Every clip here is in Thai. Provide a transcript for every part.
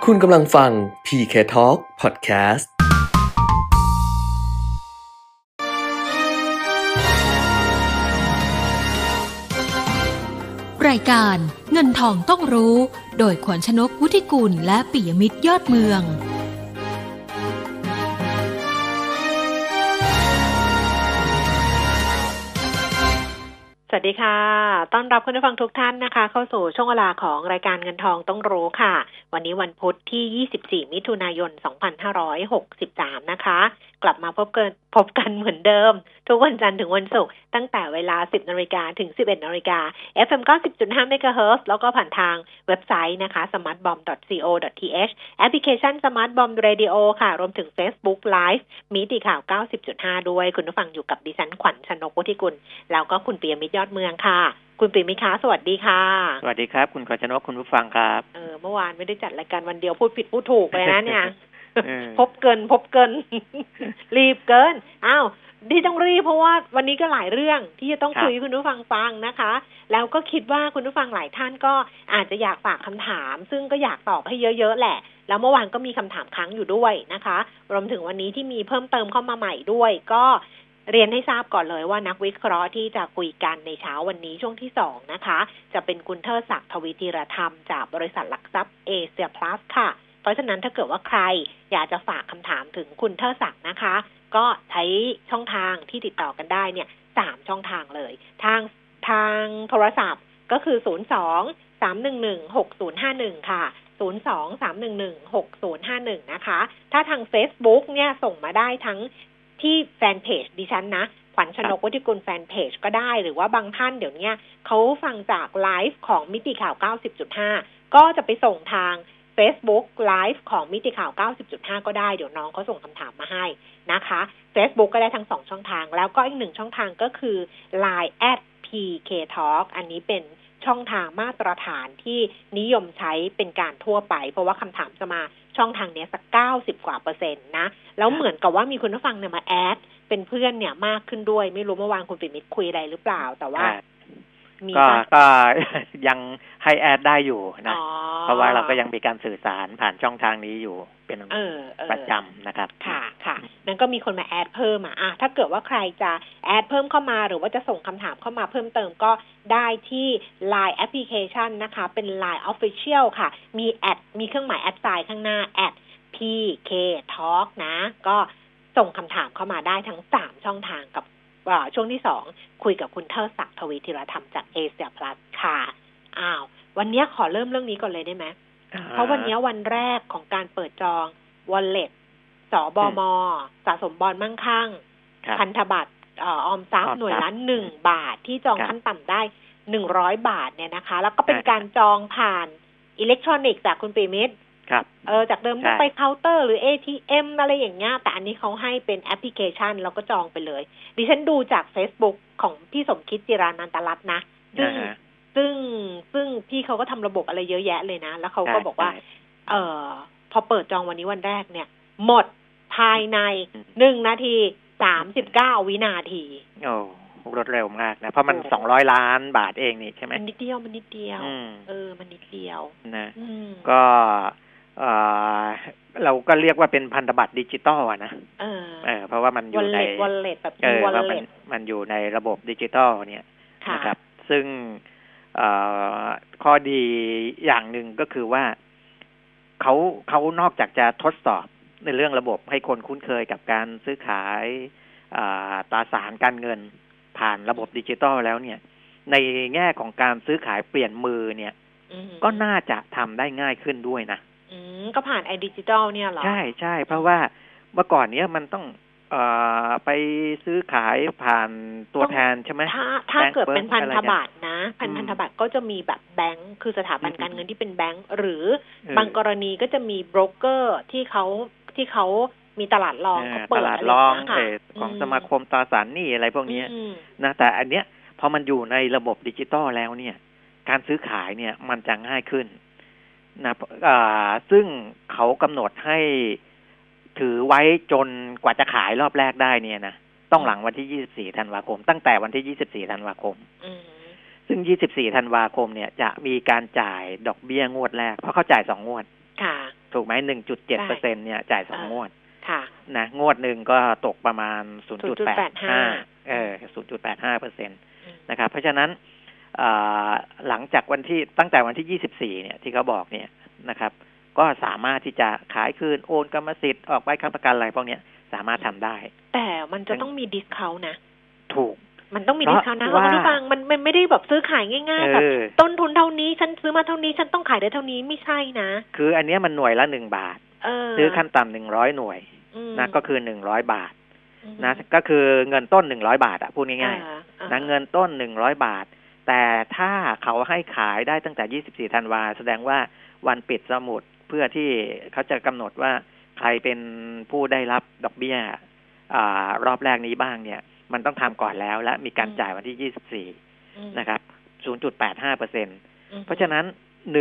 คุณกำลังฟัง PK Talk Podcast รายการเงินทองต้องรู้โดยขวัญชนก วุฒิกุลและปิยมิตรยอดเมืองสวัสดีค่ะต้อนรับคุณผู้ฟังทุกท่านนะคะเข้าสู่ช่วงเวลาของรายการเงินทองต้องรู้ค่ะวันนี้วันพุธที่24มิถุนายน2563นะคะกลับมาพบกันเหมือนเดิมทุกวันจันทร์ถึงวันศุกร์ตั้งแต่เวลา 10:00 นถึง 11:00 นFM 90.5 MHz แล้วก็ผ่านทางเว็บไซต์นะคะ smartbomb.co.th แอปพลิเคชัน Smart Bomb Radio ค่ะรวมถึง Facebook Live มิติข่าว 90.5 ด้วยคุณผู้ฟังอยู่กับดิฉันขวัญชนก วุฒิกุลแล้วก็คุณปิยมิตรยอดเมืองค่ะคุณปิยมิตรคะสวัสดีค่ะสวัสดีครับคุณขวัญชนกคุณผู้ฟังครับเมื่อวานไม่ได้จัดรายการวันเดียวพูดผิดพูดถูกเลยนะเนี่ย พบเกิน รีบเกินอ้าวที่ต้องรีบเพราะว่าวันนี้ก็หลายเรื่องที่จะต้องคุยให้คุณผู้ฟังฟังนะคะแล้วก็คิดว่าคุณผู้ฟังหลายท่านก็อาจจะอยากฝากคำถามซึ่งก็อยากตอบให้เยอะๆแหละแล้วเมื่อวานก็มีคำถามค้างอยู่ด้วยนะคะรวมถึงวันนี้ที่มีเพิ่มเติมเข้ามาใหม่ด้วยก็เรียนให้ทราบก่อนเลยว่านักวิเคราะห์ที่จะคุยกันในเช้าวันนี้ช่วงที่2นะคะจะเป็นคุณเทิดศักดิ์ทวีธีรธรรมจากบริษัทหลักทรัพย์เอเชียพลัสค่ะเพราะฉะนั้นถ้าเกิดว่าใครอยากจะฝากคำถามถึงคุณเทิดศักดิ์นะคะก็ใช้ช่องทางที่ติดต่อกันได้เนี่ย3ช่องทางเลยทางโทรศัพท์ก็คือ02-311-6051ค่ะ02-311-6051นะคะถ้าทาง Facebook เนี่ยส่งมาได้ทั้งที่แฟนเพจดิฉันนะขวัญชนก วุฒิกุลแฟนเพจก็ได้หรือว่าบางท่านเดี๋ยวนี้เขาฟังจากไลฟ์ของมิติข่าว 90.5 ก็จะไปส่งทาง Facebook Live ของมิติข่าว 90.5 ก็ได้เดี๋ยวน้องเขาส่งคำถามมาให้นะคะ Facebook ก็ได้ทั้ง2ช่องทางแล้วก็อีก1ช่องทางก็คือ Line @PKTalk อันนี้เป็นช่องทางมาตรฐานที่นิยมใช้เป็นการทั่วไปเพราะว่าคำถามจะมาช่องทางนี้สัก90กว่า%นะแล้วเหมือนกับว่ามีคุณผู้ฟังเนี่ยมาแอดเป็นเพื่อนเนี่ยมากขึ้นด้วยไม่รู้เมื่อวานคุณปิยมิตรคุยอะไรหรือเปล่าแต่ว่าก็ยังให้แอดได้อยู่นะเพราะว่าเราก็ยังมีการสื่อสารผ่านช่องทางนี้อยู่เป็นประจำนะครับค่ะนั่นก็มีคนมาแอดเพิ่มถ้าเกิดว่าใครจะแอดเพิ่มเข้ามาหรือว่าจะส่งคำถามเข้ามาเพิ่มเติมก็ได้ที่ Line Application นะคะเป็น Line Official ค่ะมีเครื่องหมายแอดไซน์ข้างหน้า @PKTalk นะก็ส่งคำถามเข้ามาได้ทั้ง3ช่องทางกับช่วงที่2คุยกับคุณเทิดศักดิ์ทวีธีรธรรมจากเอเชียพลัสค่ะวันนี้ขอเริ่มเรื่องนี้ก่อนเลยได้ไหมเพราะวันนี้วันแรกของการเปิดจอง Wallet สบม.สะสมบอนมั่งคั่งพันธบัตรออมทรัพย์หน่วยละ1 บาทที่จองขั้นต่ำได้100 บาทเนี่ยนะคะแล้วก็เป็นการจองผ่านอิเล็กทรอนิกส์จากคุณปิยมิตรจากเดิมต้องไปเคาน์เตอร์หรือ ATM อะไรอย่างเงี้ยแต่อันนี้เขาให้เป็นแอปพลิเคชันแล้วก็จองไปเลยดิฉันดูจาก Facebook ของพี่สมคิดจิรานันตรัตน์นะซึ่งพี่เขาก็ทำระบบอะไรเยอะแยะเลยนะแล้วเขาก็บอกว่าพอเปิดจองวันนี้วันแรกเนี่ยหมดภายใน1 นาที39 วินาทีรวดเร็วมากนะเพราะมัน200 ล้านบาทเองนี่ใช่ไหมมันนิดเดียวมันนิดเดียวนะก็เราก็เรียกว่าเป็นพันธบัตรดิจิตอลนะเพราะว่ามันอยู่ใน wallet แบบมันอยู่ในระบบดิจิตอลเนี่ยนะครับซึ่งข้อดีอย่างหนึ่งก็คือว่าเขานอกจากจะทดสอบในเรื่องระบบให้คนคุ้นเคยกับการซื้อขายตราสารการเงินผ่านระบบดิจิตอลแล้วเนี่ยในแง่ของการซื้อขายเปลี่ยนมือเนี่ยก็น่าจะทำได้ง่ายขึ้นด้วยนะก็ผ่านไอดิจิตอลเนี่ยเหรอใช่เพราะว่าเมื่อก่อนเนี้ยมันต้องไปซื้อขายผ่านตัวแทนใช่ไหมถ้าเกิดเป็นพันธบัตรนะพันธบัตรก็จะมีแบบแบงค์คือสถาบันการเงินที่เป็นแบงค์หรือบางกรณีก็จะมีโบรกเกอร์ที่เขามีตลาดรองเปิดตลาดรองของสมาคมตราสารหนี้อะไรพวกนี้นะแต่อันเนี้ยพอมันอยู่ในระบบดิจิตอลแล้วเนี่ยการซื้อขายเนี่ยมันจะง่ายขึ้นนะซึ่งเขากำหนดให้ถือไว้จนกว่าจะขายรอบแรกได้เนี่ยนะต้องหลังวันที่24 ธันวาคมตั้งแต่วันที่24 ธันวาคมซึ่ง24 ธันวาคมเนี่ยจะมีการจ่ายดอกเบี้ยงวดแรกเพราะเขาจ่าย2 งวดถูกไหม 1.7% เนี่ยจ่าย2 งวดนะงวดหนึ่งก็ตกประมาณ 0.85 0.85% นะครับเพราะฉะนั้นหลังจากตั้งแต่วันที่24เนี่ยที่เขาบอกเนี่ยนะครับก็สามารถที่จะขายคืนโอนกรรมสิทธิ์ออกใบค้ำประกันอะไรพวกนี้สามารถทำได้แต่มันจะต้องมีดิสเคาท์นะถูกมันต้องมีดิสเคาท์นะคุณผู้ฟังมันไม่ได้แบบซื้อขายง่ายๆแบบต้นทุนเท่านี้ฉันซื้อมาเท่านี้ฉันต้องขายได้เท่านี้ไม่ใช่นะคืออันนี้มันหน่วยละ1 บาทซื้อขั้นต่ำ100 หน่วยนะก็คือ100 บาทนะก็คือเงินต้น100 บาทพูดง่ายๆนะเงินต้น100 บาทแต่ถ้าเขาให้ขายได้ตั้งแต่24 ธันวาแสดงว่าวันปิดสมุดเพื่อที่เขาจะกำหนดว่าใครเป็นผู้ได้รับดอกเบี้ยรอบแรกนี้บ้างเนี่ยมันต้องทำก่อนแล้วและมีการจ่ายวันที่24นะครับ 0.85% เพราะฉะนั้น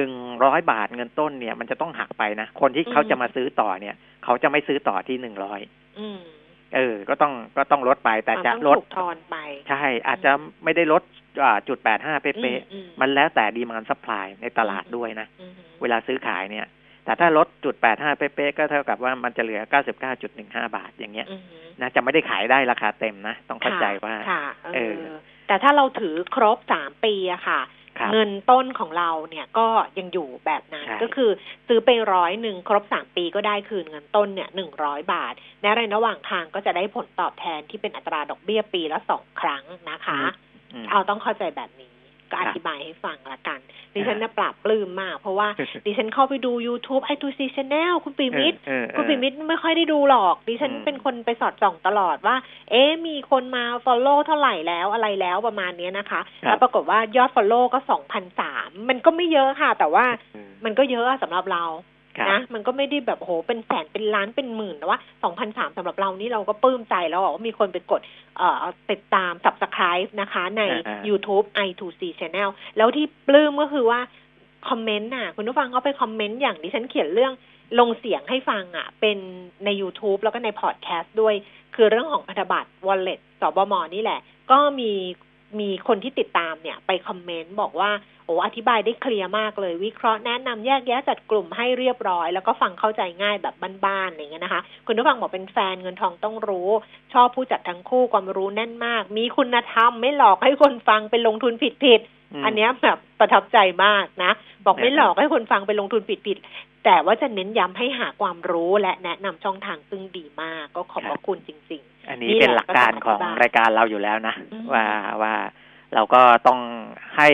100 บาทเงินต้นเนี่ยมันจะต้องหักไปนะคนที่เขาจะมาซื้อต่อเนี่ยเขาจะไม่ซื้อต่อที่100ก็ต้องลดไปแต่จะลดทอนไปใช่อาจจะไม่ได้ลด0.85 เป๊ะๆมันแล้วแต่ดีมานด์ซัพพลายในตลาดด้วยนะเวลาซื้อขายเนี่ยแต่ถ้าลด0.85 เป๊ะๆก็เท่ากับว่ามันจะเหลือ 99.15 บาทอย่างเงี้ยนะจะไม่ได้ขายได้ราคาเต็มนะต้องเข้าใจว่าแต่ถ้าเราถือครบ3 ปีอะค่ะเงินต้นของเราเนี่ยก็ยังอยู่แบบนั้นก็คือซื้อไป100ครบ3 ปีก็ได้คืนเงินต้นเนี่ย100 บาทและในระหว่างทางก็จะได้ผลตอบแทนที่เป็นอัตราดอกเบี้ยปีละ2 ครั้งนะคะเอาต้องเข้าใจแบบนี้ก็อธิบายให้ฟังละกันดิฉันน่ะปราบปลื้มมากเพราะว่าดิฉันเข้าไปดู YouTube i2c Channel คุณปีมิตรไม่ค่อยได้ดูหรอกดิฉันเป็นคนไปสอดส่องตลอดว่ามีคนมา follow เท่าไหร่แล้วอะไรแล้วประมาณนี้นะคะแล้วปรากฏว่ายอด follow ก็ 2,300 มันก็ไม่เยอะค่ะแต่ว่ามันก็เยอะสำหรับเรานะมันก็ไม่ได้แบบโหเป็นแสนเป็นล้านเป็นหมื่นแต่ว่า 2,300 สำหรับเรานี่เราก็ปลื้มใจแล้วว่ามีคนไปกดติดตาม Subscribe นะคะใน YouTube i2c Channel แล้วที่ปลื้มก็คือว่าคอมเมนต์คุณผู้ฟังเขาไปคอมเมนต์อย่างดิฉันเขียนเรื่องลงเสียงให้ฟังเป็นใน YouTube แล้วก็ในพอดแคสต์ด้วยคือเรื่องของพันธบัตร Wallet สบม.นี่แหละก็มีคนที่ติดตามเนี่ยไปคอมเมนต์บอกว่าอธิบายได้เคลียร์มากเลยวิเคราะห์แนะนำแยกแยะจัดกลุ่มให้เรียบร้อยแล้วก็ฟังเข้าใจง่ายแบบบ้านๆอย่างเงี้ยนะคะคุณผู้ฟังบอกเป็นแฟนเงินทองต้องรู้ชอบผู้จัดทั้งคู่ความรู้แน่นมากมีคุณธรรมไม่หลอกให้คนฟังไปลงทุนผิดอันนี้แบบประทับใจมากนะบอกไม่หลอกให้คนฟังไปลงทุนผิดแต่ว่าจะเน้นย้ำให้หาความรู้และแนะนำช่องทางซึ่งดีมากก็ขอบพระคุณจริงๆอันนี้เป็นหลักการของรายการเราอยู่แล้วนะว่าเราก็ต้องให้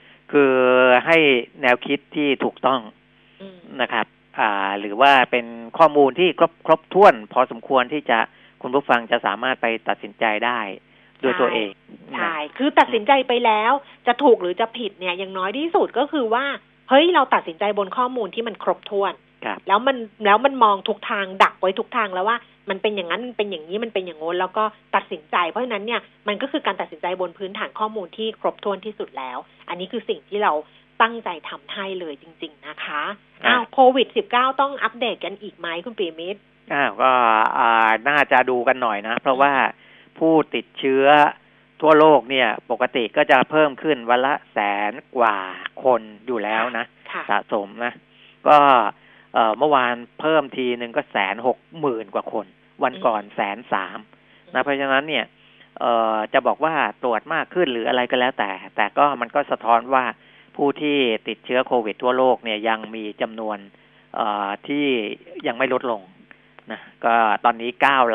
แนวคิดที่ถูกต้องนะครับหรือว่าเป็นข้อมูลที่ครบถ้วนพอสมควรที่จะคุณผู้ฟังจะสามารถไปตัดสินใจได้ด้วยตัวเองใช่คือตัดสินใจไปแล้วจะถูกหรือจะผิดเนี่ยอย่างน้อยที่สุดก็คือว่าเฮ้ยเราตัดสินใจบนข้อมูลที่มันครบถ้วนแล้วมันมองทุกทางดักไว้ทุกทางแล้วว่ามันเป็นอย่างนั้นมันเป็นอย่างนี้มันเป็นอย่างโน้นแล้วก็ตัดสินใจเพราะฉะนั้นเนี่ยมันก็คือการตัดสินใจบนพื้นฐานข้อมูลที่ครบถ้วนที่สุดแล้วอันนี้คือสิ่งที่เราตั้งใจทำให้เลยจริงๆนะคะโควิด -19 ต้องอัปเดตกันอีกไหมคุณปีมิตรก็น่าจะดูกันหน่อยนะเพราะว่าผู้ติดเชื้อทั่วโลกเนี่ยปกติก็จะเพิ่มขึ้นวันละ100,000 กว่าคนอยู่แล้วนะสะสมนะก็เมื่อวานเพิ่มทีนึงก็160,000 กว่าคนวันก่อน130,000นะเพราะฉะนั้นเนี่ยจะบอกว่าตรวจมากขึ้นหรืออะไรก็แล้วแต่ก็มันก็สะท้อนว่าผู้ที่ติดเชื้อโควิดทั่วโลกเนี่ยยังมีจำนวนที่ยังไม่ลดลงนะก็ตอนนี้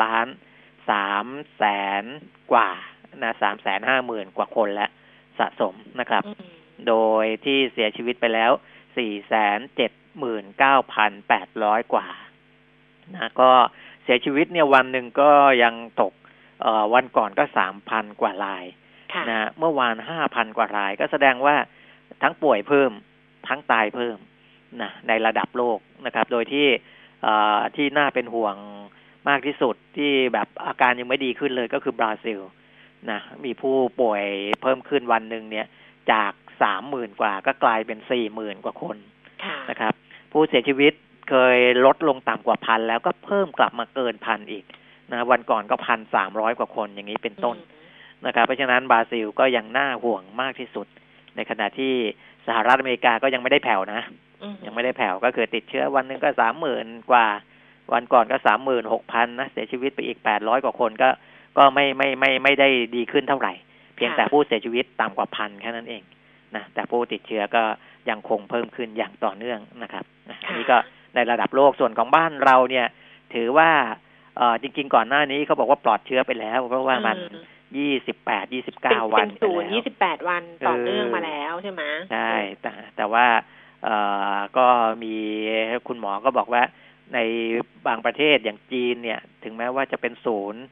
9,300,000 กว่านะ350,000 กว่าคนแล้วสะสมนะครับโดยที่เสียชีวิตไปแล้ว479,800 กว่านะก็เสียชีวิตเนี่ยวันหนึ่งก็ยังตกวันก่อนก็ 3,000 กว่ารายนะเมื่อวาน 5,000 กว่ารายก็แสดงว่าทั้งป่วยเพิ่มทั้งตายเพิ่มนะในระดับโลกนะครับโดยที่น่าเป็นห่วงมากที่สุดที่แบบอาการยังไม่ดีขึ้นเลยก็คือบราซิลนะมีผู้ป่วยเพิ่มขึ้นวันหนึ่งเนี่ยจาก 30,000 กว่าก็กลายเป็น 40,000 กว่าคนนะครับผู้เสียชีวิตเคยลดลงต่ำกว่า 1,000 แล้วก็เพิ่มกลับมาเกิน 1,000 อีกนะวันก่อนก็ 1,300 กว่าคนอย่างนี้เป็นต้นนะครับเพราะฉะนั้นบราซิลก็ยังน่าห่วงมากที่สุดในขณะที่สหรัฐอเมริกาก็ยังไม่ได้แผ่วนะยังไม่ได้แผ่วก็คือติดเชื้อวันนึงก็ 30,000 กว่าวันก่อนก็ 36,000 นะเสียชีวิตไปอีก800กว่าคนก็ไม่ได้ดีขึ้นเท่าไหร่เพียงแต่ผู้เสียชีวิตต่ำกว่า 1,000 แค่นั้นเองนะแต่ผู้ติดเชื้อก็ยังคงเพิ่มขึ้นอย่างต่อเนื่องนะครับอันนี้ก็ในระดับโลกส่วนของบ้านเราเนี่ยถือว่าจริงๆก่อนหน้านี้เขาบอกว่าปลอดเชื้อไปแล้วเพราะว่ามัน28-29 วันเป็น28 วันต่อเนื่องมาแล้วใช่ไหมใช่แต่ว่าก็มีคุณหมอก็บอกว่าในบางประเทศอย่างจีนเนี่ยถึงแม้ว่าจะเป็น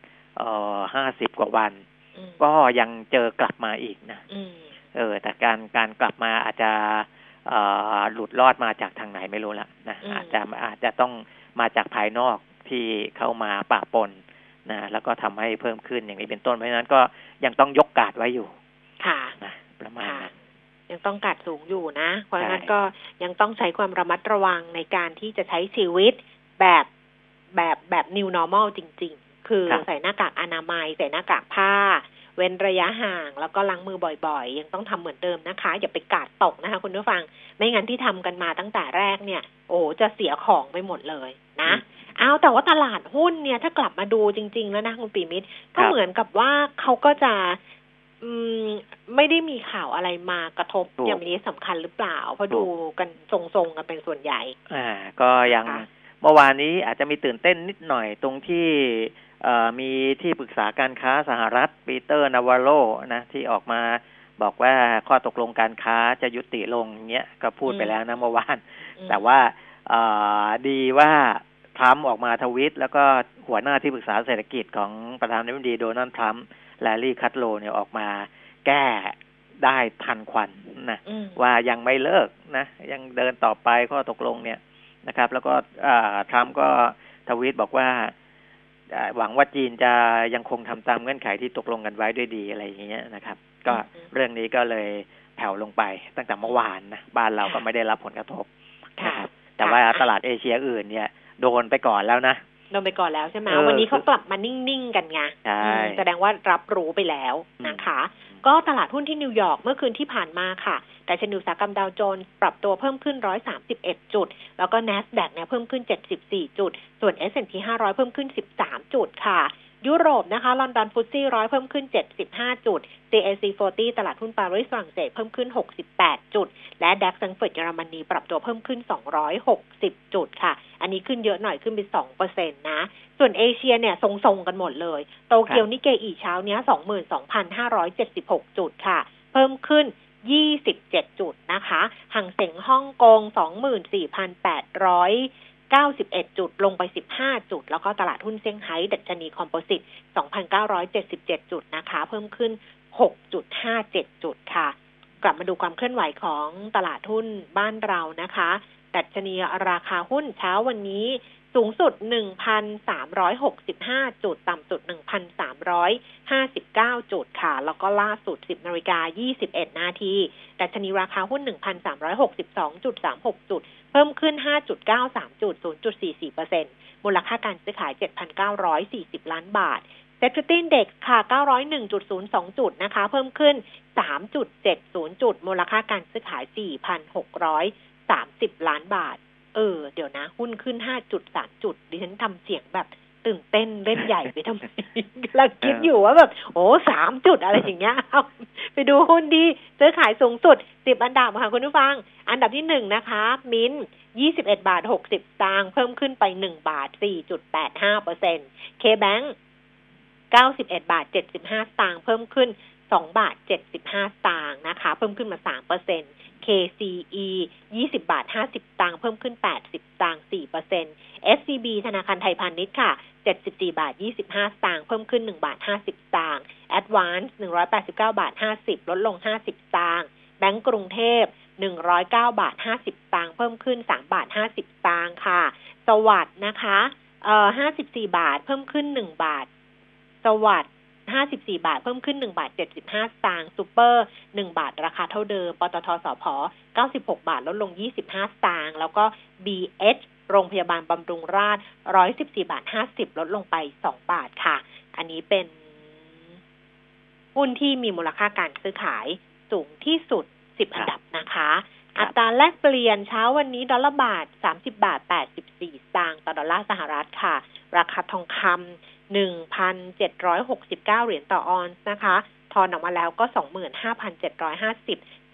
50 กว่าวันก็ยังเจอกลับมาอีกนะแต่การกลับมาอาจจะหลุดรอดมาจากทางไหนไม่รู้ละนะอาจจะต้องมาจากภายนอกที่เข้ามาปะปนนะแล้วก็ทำให้เพิ่มขึ้นอย่างนี้เป็นต้นเพราะฉะนั้นก็ยังต้องยกการ์ดไว้อยู่ค่ะนะประมาณนั้นยังต้องการ์ดสูงอยู่นะเพราะฉะนั้นก็ยังต้องใช้ความระมัดระวังในการที่จะใช้ชีวิตแบบ new normal จริงๆคือใส่หน้ากากอนามัยใส่หน้ากากผ้าเว้นระยะห่างแล้วก็ล้างมือบ่อยๆยังต้องทำเหมือนเดิมนะคะอย่าไปกาดตกนะคะคุณผู้ฟังไม่งั้นที่ทำกันมาตั้งแต่แรกเนี่ยจะเสียของไปหมดเลยนะแต่ว่าตลาดหุ้นเนี่ยถ้ากลับมาดูจริงๆแล้วนะคุณปิมิตรก็เหมือนกับว่าเขาก็จะไม่ได้มีข่าวอะไรมากระทบอย่างนี้สำคัญหรือเปล่าเพราะดูกันทรงๆกันเป็นส่วนใหญ่ก็ยังเมื่อวานนี้อาจจะมีตื่นเต้นนิดหน่อยตรงที่มีที่ปรึกษาการค้าสหรัฐปีเตอร์นาวาโรนะที่ออกมาบอกว่าข้อตกลงการค้าจะยุติลงเงี้ยก็พูดไปแล้วนะเมื่อวานแต่ว่าดีว่าทรัมป์ออกมาทวีตแล้วก็หัวหน้าที่ปรึกษาเศรษฐกิจของประธานาธิบดีโดนัลด์ทรัมป์แลรี่คัตโลเนี่ยออกมาแก้ได้ทันควันนะว่ายังไม่เลิกนะยังเดินต่อไปข้อตกลงเนี่ยนะครับแล้วก็ทรัมป์ก็ทวีตบอกว่าหวังว่าจีนจะยังคงทำตามเงื่อนไขที่ตกลงกันไว้ด้วยดีอะไรอย่างเงี้ยนะครับก็เรื่องนี้ก็เลยแผ่วลงไปตั้งแต่เมื่อวานนะบ้านเราก็ไม่ได้รับผลกระทบนะครับแต่ว่าตลาดเอเชียอื่นเนี่ยโดนไปก่อนแล้วนะโดนไปก่อนแล้วใช่ไหมวันนี้เขากลับมานิ่งๆกันไงแสดงว่ารับรู้ไปแล้วนะคะก็ตลาดหุ้นที่นิวยอร์กเมื่อคืนที่ผ่านมาค่ะดัชนีอุตสาหกรรมดาวโจนส์ปรับตัวเพิ่มขึ้น131จุดแล้วก็ NASDAQ เนี่ยเพิ่มขึ้น74จุดส่วน S&P 500เพิ่มขึ้น13จุดค่ะยุโรปนะคะลอนดอนฟุตซี่100เพิ่มขึ้น75จุด CAC 40ตลาดหุ้นปารีสฝรั่งเศสเพิ่มขึ้น68จุดและ DAX แฟรงก์เฟิร์ตเยอรมนีปรับตัวเพิ่มขึ้น260จุดค่ะอันนี้ขึ้นเยอะหน่อยขึ้นไป 2% นะส่วนเอเชียเนี่ยทรงๆกันหมดเลยโตเกียวนิกเกอีเช้านี้ 22,576 จุดค่ะเพิ่มขึ้น27จุดนะคะหังเส็งฮ่องกง 24,891 จุดลงไป15จุดแล้วก็ตลาดหุ้นเซี่ยงไฮ้ดัชนีคอมโพสิต 2,977 จุดนะคะเพิ่มขึ้น 6.57 จุดค่ะกลับมาดูความเคลื่อนไหวของตลาดหุ้นบ้านเรานะคะดัชนีราคาหุ้นเช้าวันนี้สูงสุด 1,365 จุดต่ำสุด 1,359 จุดค่ะแล้วก็ล่าสุด 10:21 นาทีดัชนีราคาหุ้น 1,362.36 จุดเพิ่มขึ้น 5.93 จุด 0.44% มูลค่าการซื้อขาย 7,940 ล้านบาทเซ็ตฟิฟตี้อินเด็กซ์ค่ะ 901.02 จุดนะคะเพิ่มขึ้น 3.70 จุดมูลค่าการซื้อขาย 4,630 ล้านบาทเดี๋ยวนะหุ้นขึ้น 5.3 จุดดิฉันทำเสียงแบบตื่นเต้นเล่นใหญ่ไปทำไมกำลังคิดอยู่ว่าแบบ3 จุดอะไรอย่างเงี้ยไปดูหุ้นดีซื้อขายสูงสุด10อันดับค่ะคุณผู้ฟังอันดับที่1นะคะมิ้น21.60 สตางค์เพิ่มขึ้นไป1บาท 4.85% KBank 91.75 สตางค์เพิ่มขึ้น2บาท75 สตางค์นะคะเพิ่มขึ้นมา 3% KCE 20.50 สตางค์เพิ่มขึ้น80 สตางค์ 4% SCB ธนาคารไทยพาณิชย์ค่ะ74.25 สตางค์เพิ่มขึ้น1บาท50 สตางค์ Advance 189.50 ลดลง50 สตางค์แบงก์กรุงเทพ109.50 สตางค์เพิ่มขึ้น3.50 สตางค์ค่ะสวัสดิ์นะคะ54 บาทเพิ่มขึ้น1บาทสวัสดิ์54 บาทเพิ่มขึ้น1บาท75 สตางค์ซุปเปอร์1บาทราคาเท่าเดิมปตทสผ96 บาทลดลง25 สตางค์แล้วก็ BH โรงพยาบาลบำรุงราษฎร์114.50 ลดลงไป2 บาทค่ะอันนี้เป็นหุ้นที่มีมูลค่าการซื้อขายสูงที่สุด10อันดับนะคะอัตราแลกเปลี่ยนเช้าวันนี้ดอลลาร์บาท30 บาท 84 สตางค์ต่อดอลลาร์สหรัฐค่ะราคาทองคำ 1,769 เหรียญต่อออนซ์นะคะทอนออกมาแล้วก็ 25,750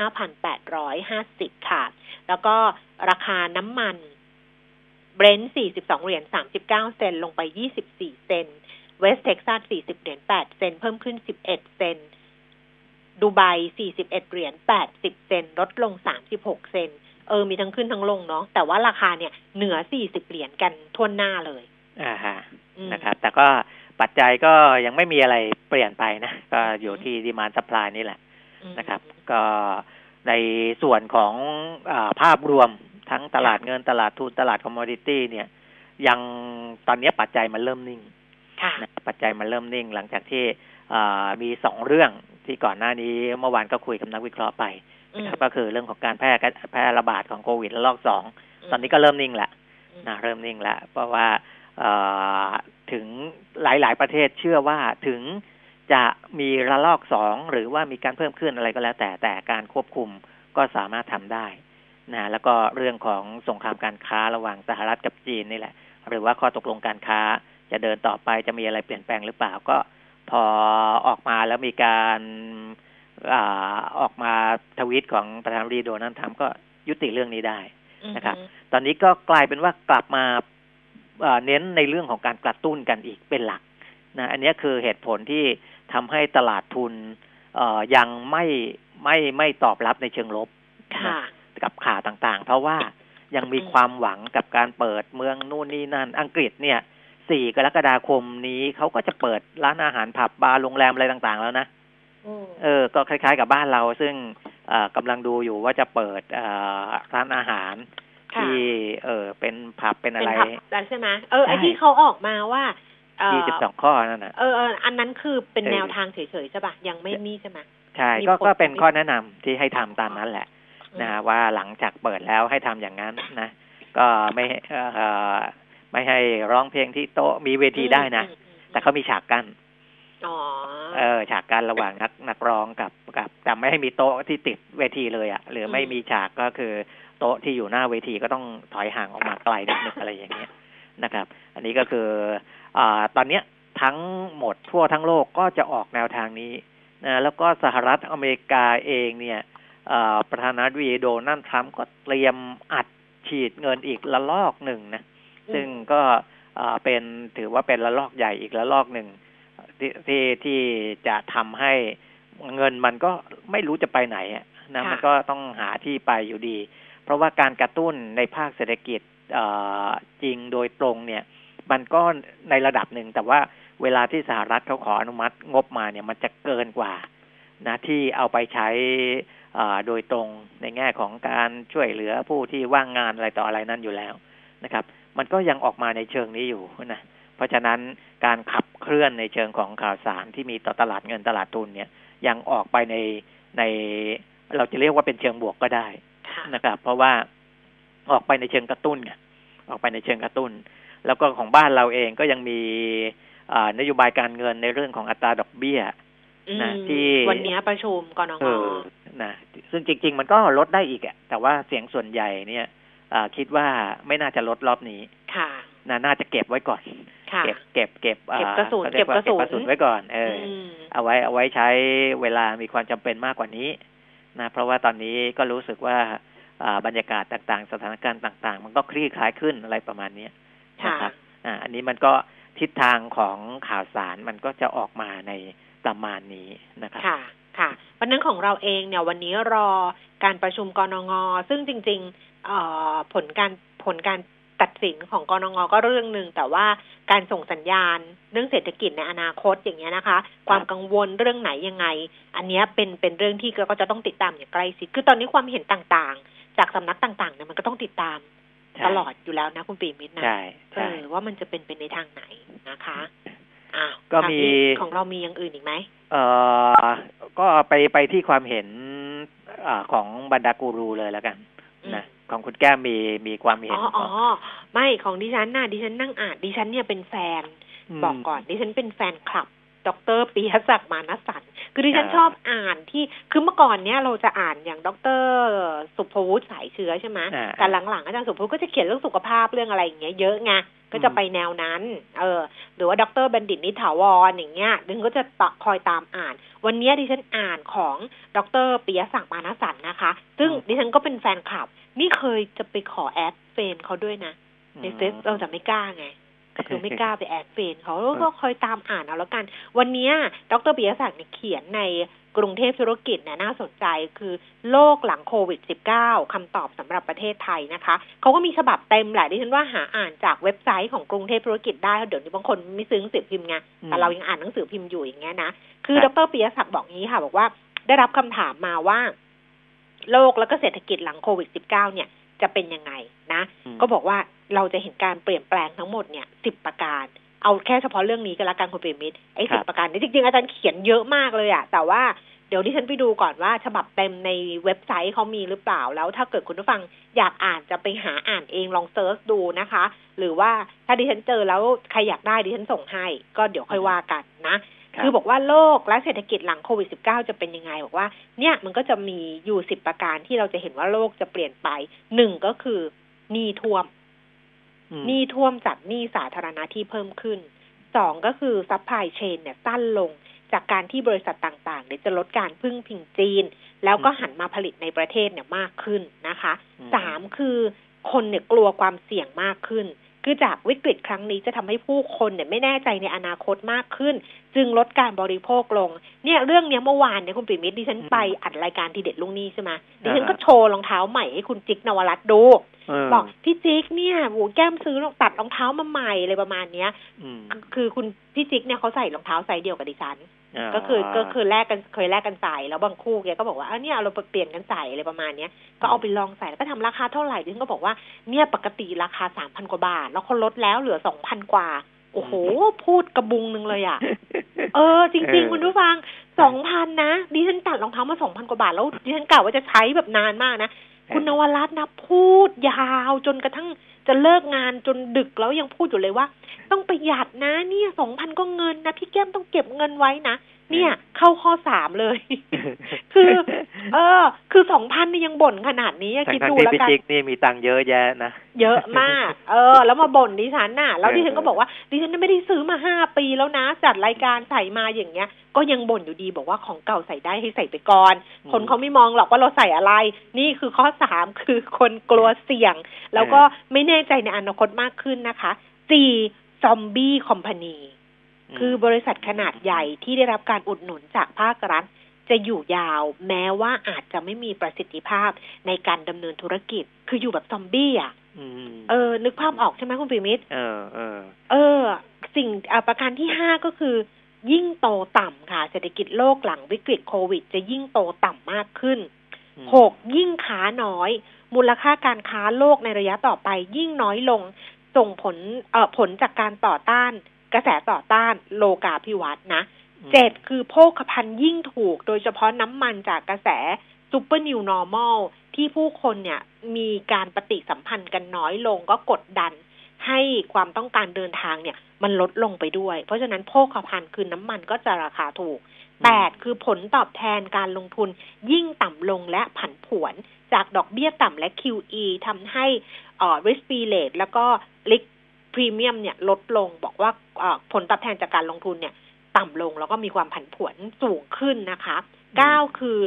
25,850 ค่ะแล้วก็ราคาน้ำมันเบรนท์42เหรียญ39 เซนต์ลงไป24 เซนต์เวสเท็กซัส40เหรียญ8 เซนต์เพิ่มขึ้น11 เซนต์ดูไบ41เหรียญ80 เซนต์ลดลง36 เซนต์มีทั้งขึ้นทั้งลงเนาะแต่ว่าราคาเนี่ยเหนือ40เหรียญกันทั่วหน้าเลยฮะนะครับแต่ก็ปัจจัยก็ยังไม่มีอะไรเปลี่ยนไปนะก็อยู่ที่ดีมานด์ซัพพลายนี่แหละนะครับก็ในส่วนของภาพรวมทั้งตลาดเงินตลาดทุนตลาดคอมโมดิตี้เนี่ยยังตอนนี้ปัจจัยมันเริ่มนิ่งนะปัจจัยมันเริ่มนิ่งหลังจากที่มี2เรื่องที่ก่อนหน้านี้เมื่อวานก็คุยกับนักวิเคราะห์ไปก็คือเรื่องของการแพร่ระบาดของโควิดระลอก2ตอนนี้ก็เริ่มนิ่งแล้วนะเริ่มนิ่งแล้วเพราะว่าถึงหลายๆประเทศเชื่อว่าถึงจะมีระลอก2หรือว่ามีการเพิ่มขึ้นอะไรก็แล้วแต่การควบคุมก็สามารถทำได้นะแล้วก็เรื่องของสงครามการค้าระหว่างสหรัฐกับจีนนี่แหละหรือว่าข้อตกลงการค้าจะเดินต่อไปจะมีอะไรเปลี่ยนแปลงหรือเปล่าก็พอออกมาแล้วมีการออกมาทวีตของประธานาธิบดีโดนัลด์ทรัมป์ก็ยุติเรื่องนี้ได้นะครับตอนนี้ก็กลายเป็นว่ากลับมาเน้นในเรื่องของการกระตุ้นกันอีกเป็นหลักนะอันนี้คือเหตุผลที่ทำให้ตลาดทุนยังไม่ตอบรับในเชิงลบกับข่าวต่างๆเพราะว่ายังมีความหวังกับการเปิดเมืองนู่นนี่นั่นอังกฤษเนี่ย4 กรกฎาคมนี้เขาก็จะเปิดร้านอาหารผับบาร์โรงแรมอะไรต่างๆแล้วนะก็คล้ายๆกับบ้านเราซึ่งกำลังดูอยู่ว่าจะเปิดร้านอาหารที่เป็นผับเป็นอะไรใช่ไหมไอ้ที่เขาออกมาว่า 22 ข้อนั่นน่ะอันนั้นคือเป็นแนวทางเฉยๆใช่ป่ะยังไม่มีใช่ไหมใช่ก็เป็นข้อแนะนำที่ให้ทำตามนั้นแหละนะว่าหลังจากเปิดแล้วให้ทำอย่างนั้นนะก็ไม่ให้ร้องเพลงที่โต๊ะมีเวทีได้นะแต่เขามีฉากกั้นฉากกั้นระหว่างนักร้องกับแต่ไม่ให้มีโต๊ะที่ติดเวทีเลยหรือไม่มีฉากก็คือโต๊ะที่อยู่หน้าเวทีก็ต้องถอยห่างออกมาไกลนิดนึงอะไรอย่างเงี้ยนะครับอันนี้ก็คือตอนนี้ทั้งหมดทั่วทั้งโลกก็จะออกแนวทางนี้นะแล้วก็สหรัฐอเมริกาเองเนี่ยประธานาธิบดีโดนัลด์ทรัมป์ก็เตรียมอัดฉีดเงินอีกระลอกหนึ่งนะซึ่งก็ถือว่าเป็นระลอกใหญ่อีกระลอกหนึ่งที่จะทำให้เงินมันก็ไม่รู้จะไปไหนนะมันก็ต้องหาที่ไปอยู่ดีเพราะว่าการกระตุ้นในภาคเศรษฐกิจจริงโดยตรงเนี่ยมันก็ในระดับหนึ่งแต่ว่าเวลาที่สหรัฐเขาขออนุมัติงบมาเนี่ยมันจะเกินกว่านะที่เอาไปใช้โดยตรงในแง่ของการช่วยเหลือผู้ที่ว่างงานอะไรต่ออะไรนั่นอยู่แล้วนะครับมันก็ยังออกมาในเชิงนี้อยู่นะเพราะฉะนั้นการขับเคลื่อนในเชิงของข่าวสารที่มีต่อตลาดเงินตลาดทุนเนี่ยยังออกไปในเราจะเรียกว่าเป็นเชิงบวกก็ได้นะครับเพราะว่าออกไปในเชิงกระตุ้นไงออกไปในเชิงกระตุ้นแล้วก็ของบ้านเราเองก็ยังมีนโยบายการเงินในเรื่องของอัตราดอกเบี้ยนะที่วันนี้ประชุมกนง. นะซึ่งจริงๆมันก็ลดได้อีกแต่ว่าเสียงส่วนใหญ่เนี่ยคิดว่าไม่น่าจะลดรอบนี้น่าจะเก็บไว้ก่อนเก็บกระสุนไว้ก่อนเอาไว้ใช้เวลามีความจำเป็นมากกว่านี้นะเพราะว่าตอนนี้ก็รู้สึกว่าบรรยากาศต่างๆสถานการณ์ต่างๆมันก็คลี่คลายขึ้นอะไรประมาณนี้นะครับอันนี้มันก็ทิศทางของข่าวสารมันก็จะออกมาในประมาณนี้นะครับค่ะวันนั้นของเราเองเนี่ยวันนี้รอการประชุมกนง.ซึ่งจริงๆผลการตัดสินของกนง.ก็เรื่องนึงแต่ว่าการส่งสัญญาณเรื่องเศรษฐกิจในอนาคตอย่างเงี้ยนะคะความกังวลเรื่องไหนยังไงอันนี้เป็นเรื่องที่ก็จะต้องติดตามอย่างใกล้ชิดคือตอนนี้ความเห็นต่างๆจากสำนักต่างๆเนี่ยมันก็ต้องติดตามตลอดอยู่แล้วนะคุณปีมิตรนะว่ามันจะเป็นในทางไหนนะคะก็มีของเรามีอย่างอื่นอีกไหมก็ไปที่ความเห็นของบรรดากูรูเลยแล้วกันนะของคุณแก้มมีความเห็นไม่ของดิฉันน่ะดิฉันนั่งอ่านดิฉันเนี่ยเป็นแฟนบอกก่อนดิฉันเป็นแฟนคลับดร.ปิยศักดิ์มานสันต์คือดิฉันชอบอ่านที่คือเมื่อก่อนเนี้ยเราจะอ่านอย่างดร.สุภวุฒิสายเชื้อใช่ไหมแต่หลังๆอาจารย์สุภวุฒิก็จะเขียนเรื่องสุขภาพเรื่องอะไรอย่างเงี้ยเยอะไงก็จะไปแนวนั้นหรือว่าดร.บัณฑิตนิถาวรอย่างเงี้ยดิฉันก็จะคอยตามอ่านวันนี้ดิฉันอ่านของดร.ปิยศักดิ์มานสันต์นะคะซึ่งดิฉันก็เป็นแฟนคลับนี่เคยจะไปขอแอดเฟรนด์เขาด้วยนะในเฟซเราจะไม่กล้าไงคือไม่กล้าไปแอดเฟรนด์เขาก็คอยตามอ่านเอาแล้วกันวันนี้ดร.ปิยศักดิ์เขียนในกรุงเทพธุรกิจเนี่ยน่าสนใจคือโลกหลังโควิด -19 คำตอบสำหรับประเทศไทยนะคะเขาก็มีฉบับเต็มแหละดิฉันว่าหาอ่านจากเว็บไซต์ของกรุงเทพธุรกิจได้เดี๋ยวนี้บางคนไม่ซื้อหนังสือพิมพ์ไงแต่เรายังอ่านหนังสือพิมพ์อยู่อย่างเงี้ยนะคือดร.ปิยศักดิ์บอกงี้ค่ะบอกว่าได้รับคำถามมาว่าโลกแล้วก็เศรษฐกิจหลังโควิด -19 เนี่ยจะเป็นยังไงนะก็บอกว่าเราจะเห็นการเปลี่ยนแปลงทั้งหมดเนี่ย10ประการเอาแค่เฉพาะเรื่องนี้ก็แล้วกันคุณเปรมิตรไอ้10ประการนี้จริงๆอาจารย์เขียนเยอะมากเลยอะแต่ว่าเดี๋ยวดิฉันไปดูก่อนว่าฉบับเต็มในเว็บไซต์เขามีหรือเปล่าแล้วถ้าเกิดคุณผู้ฟังอยากอ่านจะไปหาอ่านเองลองเซิร์ชดูนะคะหรือว่าถ้าดิฉันเจอแล้วใครอยากได้ดิฉันส่งให้ก็เดี๋ยวค่อยว่ากันนะคือบอกว่าโลกและเศรษฐกิจหลังโควิด -19 จะเป็นยังไงบอกว่าเนี่ยมันก็จะมีอยู่10ประการที่เราจะเห็นว่าโลกจะเปลี่ยนไป1ก็คือหนี้ท่วมจากหนี้สาธารณะที่เพิ่มขึ้น2ก็คือซัพพลายเชนเนี่ยสั้นลงจากการที่บริษัทต่างๆเนี่ยจะลดการพึ่งพิงจีนแล้วก็หันมาผลิตในประเทศเนี่ยมากขึ้นนะคะ3คือคนเนี่ยกลัวความเสี่ยงมากขึ้นคือจากวิกฤตครั้งนี้จะทำให้ผู้คนเนี่ยไม่แน่ใจในอนาคตมากขึ้นจึงลดการบริโภคลงเนี่ยเรื่องนี้เมื่อวานเนี่ยคุณปิ่มมิตรดิฉันไปอัดรายการทีเด็ดลุงนี้ใช่ไหมดิฉันก็โชว์รองเท้าใหม่ให้คุณจิ๊กนวรัตน์ดูบอกพี่จิ๊กเนี่ยโหแก้มซื้อตัดรองเท้ามาใหม่อะไรประมาณเนี้ยคือคุณพี่จิ๊กเนี่ยเขาใส่รองเท้าไซส์เดียวกับดิฉันก็คือแลกกันเคยแลกกันใส่แล้วบางคู่แกก็บอกว่าเนี่ยเราเปลี่ยนกันใส่อะไรประมาณนี้ก็เอาไปลองใส่แล้วก็ทำราคาเท่าไหร่ดิฉันก็บอกว่าเนี่ยปกติราคา 3,000 กว่าบาทแล้วเขาลดแล้วเหลือ 2,000 กว่าโอ้โหพูดกระบุงนึงเลยอ่ะจริงๆคุณผู้ฟัง 2,000 นะดิฉันตัดรองเท้ามา 2,000 กว่าบาทแล้วดิฉันกะว่าจะใช้แบบนานมากนะคุณนวรัตน์นะพูดยาวจนกระทั่งจะเลิกงานจนดึกแล้วยังพูดอยู่เลยว่าต้องประหยัดนะเนี่ย 2,000 ก็เงินนะพี่แก้มต้องเก็บเงินไว้นะเนี่ยเข้าข้อ3เลย คือ 2,000 นี่ยังบ่นขนาดนี้คิดดูแล้วกันพี่จิ๊กนี่มีตังค์เยอะแยะนะเยอะมากแล้วมาบ่นดิฉันน่ะแล้วดิฉันก็บอกว่าดิฉันไม่ได้ซื้อมา5 ปีแล้วนะจัดรายการใส่มาอย่างเงี้ยก็ยังบ่นอยู่ดีบอกว่าของเก่าใส่ได้ให้ใส่ไปก่อนคนเขาไม่มองหรอกว่าเราใส่อะไรนี่คือข้อ3คือคนกลัวเสี่ยงแล้วก็ไม่แน่ใจในอนาคตมากขึ้นนะคะ4ซอมบี้คอมพานีคือบริษัทขนาดใหญ่ที่ได้รับการอุดหนุนจากภาครัฐจะอยู่ยาวแม้ว่าอาจจะไม่มีประสิทธิภาพในการดำเนินธุรกิจคืออยู่แบบซอมบี้อ่ะนึกภาพออกใช่ไหมคุณปิมิตรสิ่งประการที่5ก็คือยิ่งโตต่ำค่ะเศรษฐกิจโลกหลังวิกฤตโควิดจะยิ่งโตต่ำมากขึ้น6ยิ่งค้าน้อยมูลค่าการค้าโลกในระยะต่อไปยิ่งน้อยลงส่งผลจากการต่อต้านกระแสต่อต้านโลกาภิวัตน์นะ7คือโภคภัณฑ์ยิ่งถูกโดยเฉพาะน้ำมันจากกระแสซูเปอร์นิวนอร์มอลที่ผู้คนเนี่ยมีการปฏิสัมพันธ์กันน้อยลงก็กดดันให้ความต้องการเดินทางเนี่ยมันลดลงไปด้วยเพราะฉะนั้นโภคภัณฑ์คือน้ำมันก็จะราคาถูก8คือผลตอบแทนการลงทุนยิ่งต่ำลงและผันผวนจากดอกเบี้ยต่ำและ QE ทำให้risk free rate แล้วก็ risk premium เนี่ยลดลงบอกว่าผลตอบแทนจากการลงทุนเนี่ยต่ำลงแล้วก็มีความผันผวนสูงขึ้นนะคะ9คือ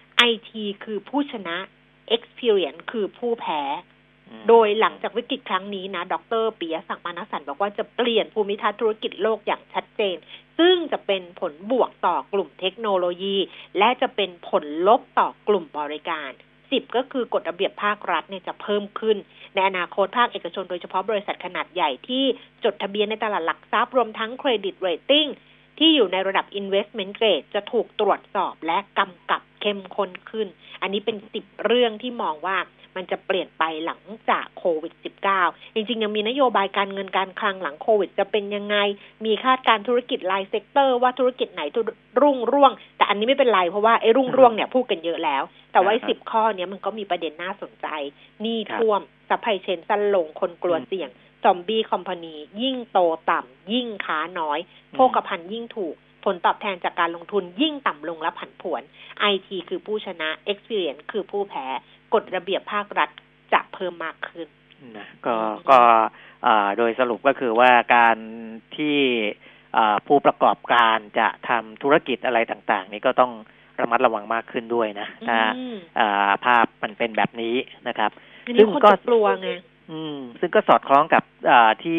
IT คือผู้ชนะ Experience คือผู้แพ้โดยหลังจากวิกฤตครั้งนี้นะดร.ปิยศักดิ์มานสันต์บอกว่าจะเปลี่ยนภูมิทัศน์ธุรกิจโลกอย่างชัดเจนซึ่งจะเป็นผลบวกต่อกลุ่มเทคโนโลยีและจะเป็นผลลบต่อกลุ่มบริการ10ก็คือกฎระเบียบภาครัฐเนี่ยจะเพิ่มขึ้นในอนาคตภาคเอกชนโดยเฉพาะบริษัทขนาดใหญ่ที่จดทะเบียนในตลาดหลักทรัพย์รวมทั้งเครดิตเรตติ้งที่อยู่ในระดับ investment grade จะถูกตรวจสอบและกำกับเข้มข้นขึ้นอันนี้เป็น10เรื่องที่มองว่ามันจะเปลี่ยนไปหลังจากโควิด -19 จริงๆยังมีนโยบายการเงินการคลังหลังโควิดจะเป็นยังไงมีคาดการธุรกิจรายเซกเตอร์ว่าธุรกิจไหนรุ่งร่วงแต่อันนี้ไม่เป็นไรเพราะว่าไอ้รุ่งร่วงเนี่ยพูดกันเยอะแล้วแต่ว่า10ข้อนี้มันก็มีประเด็นน่าสนใจหนี้ท่วมซัพพลายเชนสั้นลงคนกลัวเสี่ยงซอมบี้คอมพานียิ่งโตต่ำยิ่งค้าน้อยโภคภัณฑ์ยิ่งถูกผลตอบแทนจากการลงทุนยิ่งต่ำลงและผันผวน IT คือผู้ชนะ Experience คือผู้แพ้กฎระเบียบภาครัฐจะเพิ่มมากขึ้นนะก็โดยสรุปก็คือว่าการที่ผู้ประกอบการจะทำธุรกิจอะไรต่างๆนี่ก็ต้องระมัดระวังมากขึ้นด้วยนะถ้าภาพมันเป็นแบบนี้นะครับซึ่งก็กลัวไงซึ่งก็สอดคล้องกับที่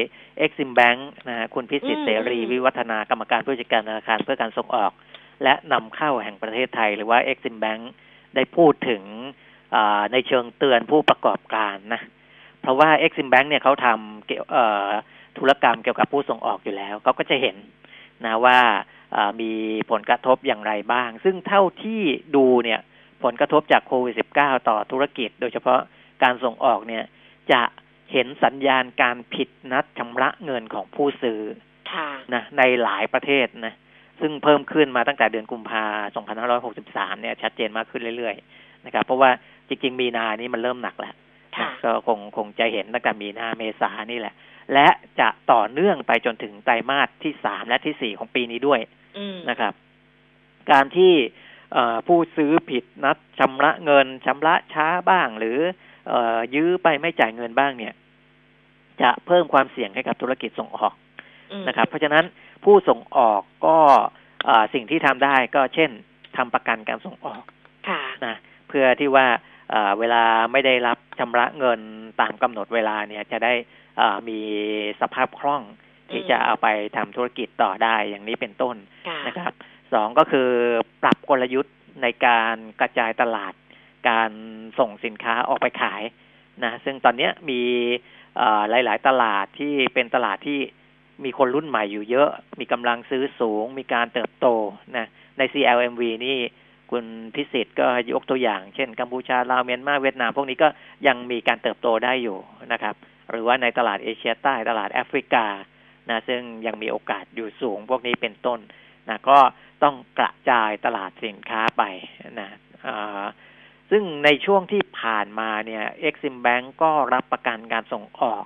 Exim Bank นะคุณพิสิทธิ์เสรีวิวัฒนากรรมการผู้จัดการธนาคารเพื่อการส่งออกและนำเข้าแห่งประเทศไทยหรือว่า Exim Bank ได้พูดถึงในเชิงเตือนผู้ประกอบการนะเพราะว่า Exim Bank เนี่ยเขาทำธุรกรรมเกี่ยวกับผู้ส่งออกอยู่แล้วเขาก็จะเห็นนะว่ามีผลกระทบอย่างไรบ้างซึ่งเท่าที่ดูเนี่ยผลกระทบจากโควิด -19 ต่อธุรกิจโดยเฉพาะการส่งออกเนี่ยจะเห็นสัญญาณการผิดนัดชำระเงินของผู้ซื้อนะในหลายประเทศนะซึ่งเพิ่มขึ้นมาตั้งแต่เดือนกุมภาพันธ์ 2563 เนี่ยชัดเจนมากขึ้นเรื่อยๆนะครับเพราะว่าจริงๆมีนานี้มันเริ่มหนักแล้วก็คงจะเห็นตั้งแต่มีนาเมษานี่แหละและจะต่อเนื่องไปจนถึงไตรมาสที่3และที่4ของปีนี้ด้วยนะครับการที่ผู้ซื้อผิดนัดชำระเงินชำระช้าบ้างหรือยื้อไปไม่จ่ายเงินบ้างเนี่ยจะเพิ่มความเสี่ยงให้กับธุรกิจส่งออกนะครับเพราะฉะนั้นผู้ส่งออกก็สิ่งที่ทำได้ก็เช่นทำประกันการส่งออกนะเพื่อที่ว่าเวลาไม่ได้รับชำระเงินตามกำหนดเวลาเนี่ยจะได้มีสภาพคล่องที่จะเอาไปทำธุรกิจต่อได้อย่างนี้เป็นต้นนะครับ2ก็คือปรับกลยุทธ์ในการกระจายตลาดการส่งสินค้าออกไปขายนะซึ่งตอนนี้มีหลายๆตลาดที่เป็นตลาดที่มีคนรุ่นใหม่อยู่เยอะมีกำลังซื้อสูงมีการเติบโตนะใน CLMV นี่คุณพิสิทธิ์ก็ยกตัวอย่างเช่นกัมพูชาลาวเมียนมาเวียดนามพวกนี้ก็ยังมีการเติบโตได้อยู่นะครับหรือว่าในตลาดเอเชียใต้ตลาดแอฟริกานะซึ่งยังมีโอกาสอยู่สูงพวกนี้เป็นต้นนะก็ต้องกระจายตลาดสินค้าไปนะซึ่งในช่วงที่ผ่านมาเนี่ย Exim Bank ก็รับประกันการส่งออก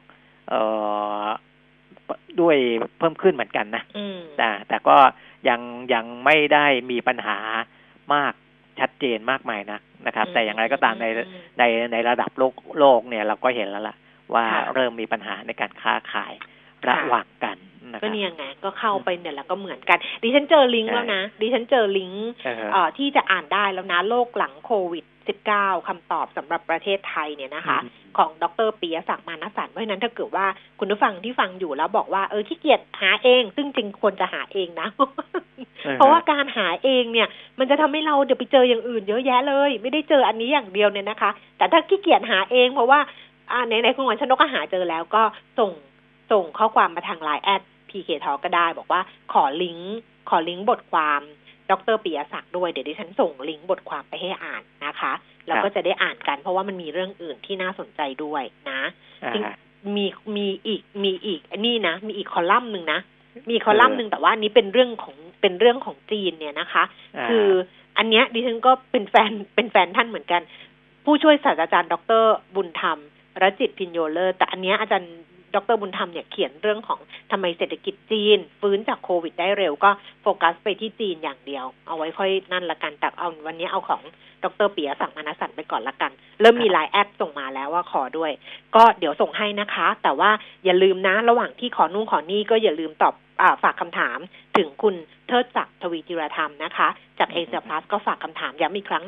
ด้วยเพิ่มขึ้นเหมือนกันนะแต่ก็ยังไม่ได้มีปัญหามากชัดเจนมากมายนะครับแต่อย่างไรก็ตามในระดับโลกเนี่ยเราก็เห็นแล้วล่ะว่าเริ่มมีปัญหาในการค้าขายระหว่างกันก็เนี่ยไงก็เข้าไปเนี่ยแล้วก็เหมือนกันดิฉันเจอลิงก์แล้วนะดิฉันเจอลิงก์ที่จะอ่านได้แล้วนะโลกหลังโควิด-19 คำตอบสำหรับประเทศไทยเนี่ยนะคะของดร.ปิยศักดิ์ มานสันต์เพราะฉะนั้นถ้าเกิดว่าคุณผู้ฟังที่ฟังอยู่แล้วบอกว่าขี้เกียจหาเองซึ่งจริงควรจะหาเองนะ เพราะว่าการหาเองเนี่ยมันจะทำให้เราเดี๋ยวไปเจออย่างอื่นเยอะแยะเลยไม่ได้เจออันนี้อย่างเดียวเนี่ยนะคะแต่ถ้าขี้เกียจหาเองเพราะว่าในคุณหมอชนกก็หาเจอแล้วก็ส่งข้อความมาทาง LINE @PK Talk ก็ได้บอกว่าขอลิงก์บทความดร.ปิยศักดิ์ด้วยเดี๋ยวดิฉันส่งลิงก์บทความไปให้อ่านนะคะเราก็จะได้อ่านกันเพราะว่ามันมีเรื่องอื่นที่น่าสนใจด้วยนะจริงมีอีกอันนี้นะมีอีกคอลัมน์นึงนะมีคอลัมน์นึงแต่ว่านี้เป็นเรื่องของจีนเนี่ยนะคะคืออันเนี้ยดิฉันก็เป็นแฟนท่านเหมือนกันผู้ช่วยศาสตราจารย์ดร.บุญธรรมรจิตพิญโยเลิศแต่อันเนี้ยอาจารย์ดร.บุญธรรมเนี่ยเขียนเรื่องของทำไมเศรษฐกิจจีนฟื้นจากโควิดได้เร็วก็โฟกัสไปที่จีนอย่างเดียวเอาไว้ค่อยนั่นละกันแต่เอาวันนี้เอาของดร.ปิยศักดิ์ มานสันต์ไปก่อนละกันเริ่มมีไลน์แอดส่งมาแล้วว่าขอด้วยก็เดี๋ยวส่งให้นะคะแต่ว่าอย่าลืมนะระหว่างที่ขอนู่นขอนี่ก็อย่าลืมตอบฝากคำถามถึงคุณเทิดศักดิ์ ทวีจิรธรรมนะคะจาก Asia Plus ก็ฝากคำถามย้ำอีกครั้ง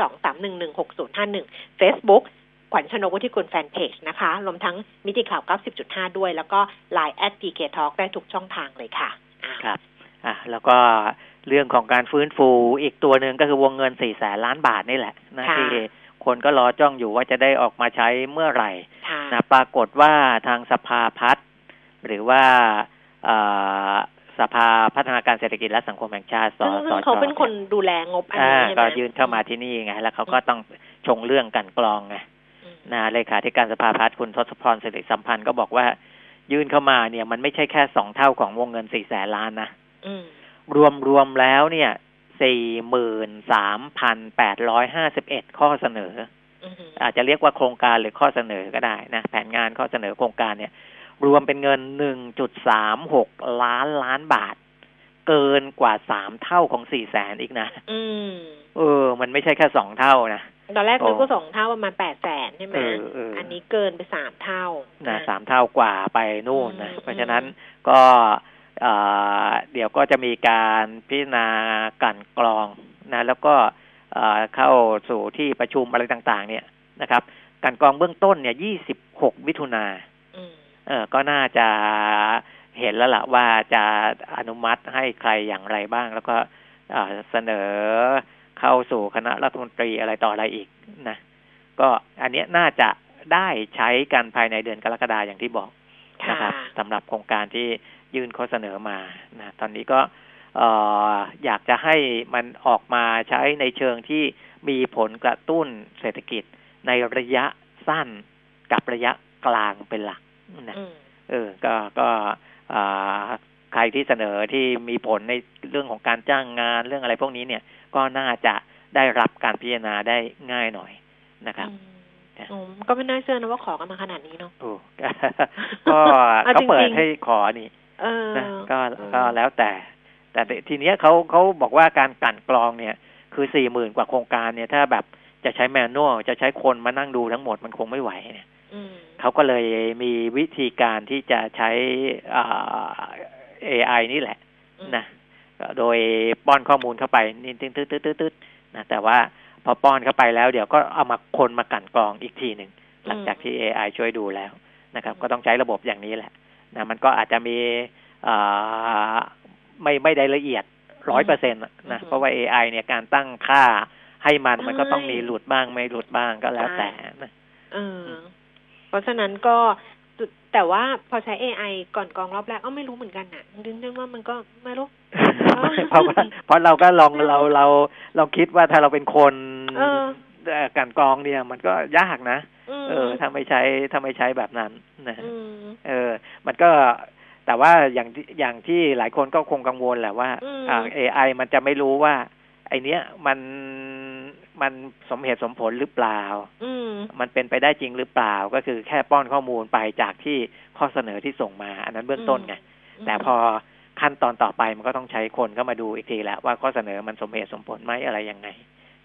102-311-6051 Facebookขวัญชนกวุฒิกุลแฟนเพจนะคะรวมทั้งมิติข่าว 90.5 ด้วยแล้วก็ LINE @PK Talk ได้ทุกช่องทางเลยค่ะครับแล้วก็เรื่องของการฟื้นฟูอีกตัวหนึ่งก็คือวงเงิน 400,000 ล้านบาทนี่แหละนะที่คนก็รอจ้องอยู่ว่าจะได้ออกมาใช้เมื่อไหร่นะปรากฏว่าทางสภาพัฒน์หรือว่าสภาพัฒนาการเศรษฐกิจและสังคมแห่งชาติซึ่งเขาเป็นคนดูแลงบอันนี้ใช่ไหมก็ยื่นเข้ามาที่นี่ไงแล้วเขาก็ต้องชงเรื่องกันกรองไงเลขาธิการสภาพัฒน์คุณทศพรสิริสัมพันธ์ก็บอกว่ายื่นเข้ามาเนี่ยมันไม่ใช่แค่2เท่าของวงเงิน 400,000 ล้านนะรวมแล้วเนี่ย 43,851 ข้อเสนออาจจะเรียกว่าโครงการหรือข้อเสนอก็ได้นะแผนงานข้อเสนอโครงการเนี่ยรวมเป็นเงิน 1.36 ล้านบาทเกินกว่า3เท่าของ400,000อีกนะมันไม่ใช่แค่2เท่านะตอนแรกนึกว่า2เท่าประมาณ800,000ใช่ไหมอันนี้เกินไป3เท่านะ3เท่ากว่าไปนู่นนะเพราะฉะนั้นก็เดี๋ยวก็จะมีการพิจารณากลั่นกรองนะแล้วก็เข้าสู่ที่ประชุมอะไรต่างๆเนี่ยนะครับกลั่นกรองเบื้องต้นเนี่ย26มิถุนายนก็น่าจะเห็นแล้วล่ะว่าจะอนุมัติให้ใครอย่างไรบ้างแล้วก็เสนอเข้าสู่คณะรัฐมนตรีอะไรต่ออะไรอีกนะก็อันนี้น่าจะได้ใช้กันภายในเดือนกรกฎาคมอย่างที่บอกนะครับสำหรับโครงการที่ยื่นข้อเสนอมานะตอนนี้ก็อยากจะให้มันออกมาใช้ในเชิงที่มีผลกระตุ้นเศรษฐกิจในระยะสั้นกับระยะกลางเป็นหลักนะก็ใครที่เสนอที่มีผลในเรื่องของการจ้างงานเรื่องอะไรพวกนี้เนี่ยก็น่าจะได้รับการพิจารณาได้ง่ายหน่อยนะครับก็ไม่น่าเชื่อนะว่าขอกันมาขนาดนี้เนาะก็เขาเปิดให้ขอนี่นะก็แล้วแต่ทีเนี้ยเขาบอกว่าการกลั่นกรองเนี่ยคือ 40,000 กว่าโครงการเนี่ยถ้าแบบจะใช้แมนนวลจะใช้คนมานั่งดูทั้งหมดมันคงไม่ไหวเนี่ยเขาก็เลยมีวิธีการที่จะใช้ AI นี่แหละนะโดยป้อนข้อมูลเข้าไปนี่ตึ๊ดๆๆนะแต่ว่าพอป้อนเข้าไปแล้วเดี๋ยวก็เอามาคนมากลั่นกรองอีกทีนึงหลังจากที่ AI ช่วยดูแล้วนะครับก็ต้องใช้ระบบอย่างนี้แหละนะมันก็อาจจะมีไม่ได้ละเอียด 100% นะเพราะว่า AI เนี่ยการตั้งค่าให้มันก็ต้องมีหลุดบ้างไม่หลุดบ้างก็แล้วแต่นะเพราะฉะนั้นก็แต่ว่าพอใช้ AI ก่อนกรองรอบแรกไม่รู้เหมือนกันน่ะนึกว่ามันก็ไม่รู้เพราะเราก็เราคิดว่าถ้าเราเป็นคนการกรองเนี่ยมันก็ยากนะถ้าไม่ใช้แบบนั้นนะมันก็แต่ว่าอย่างที่หลายคนก็คงกังวลแหละว่าAI มันจะไม่รู้ว่าไอเนี้ยมันสมเหตุสมผลหรือเปล่ามันเป็นไปได้จริงหรือเปล่าก็คือแค่ป้อนข้อมูลไปจากที่ข้อเสนอที่ส่งมาอันนั้นเบื้องต้นไงแต่พอขั้นตอนต่อไปมันก็ต้องใช้คนเข้ามาดูอีกทีแหละว่าข้อเสนอมันสมเหตุสมผลไหมอะไรยังไง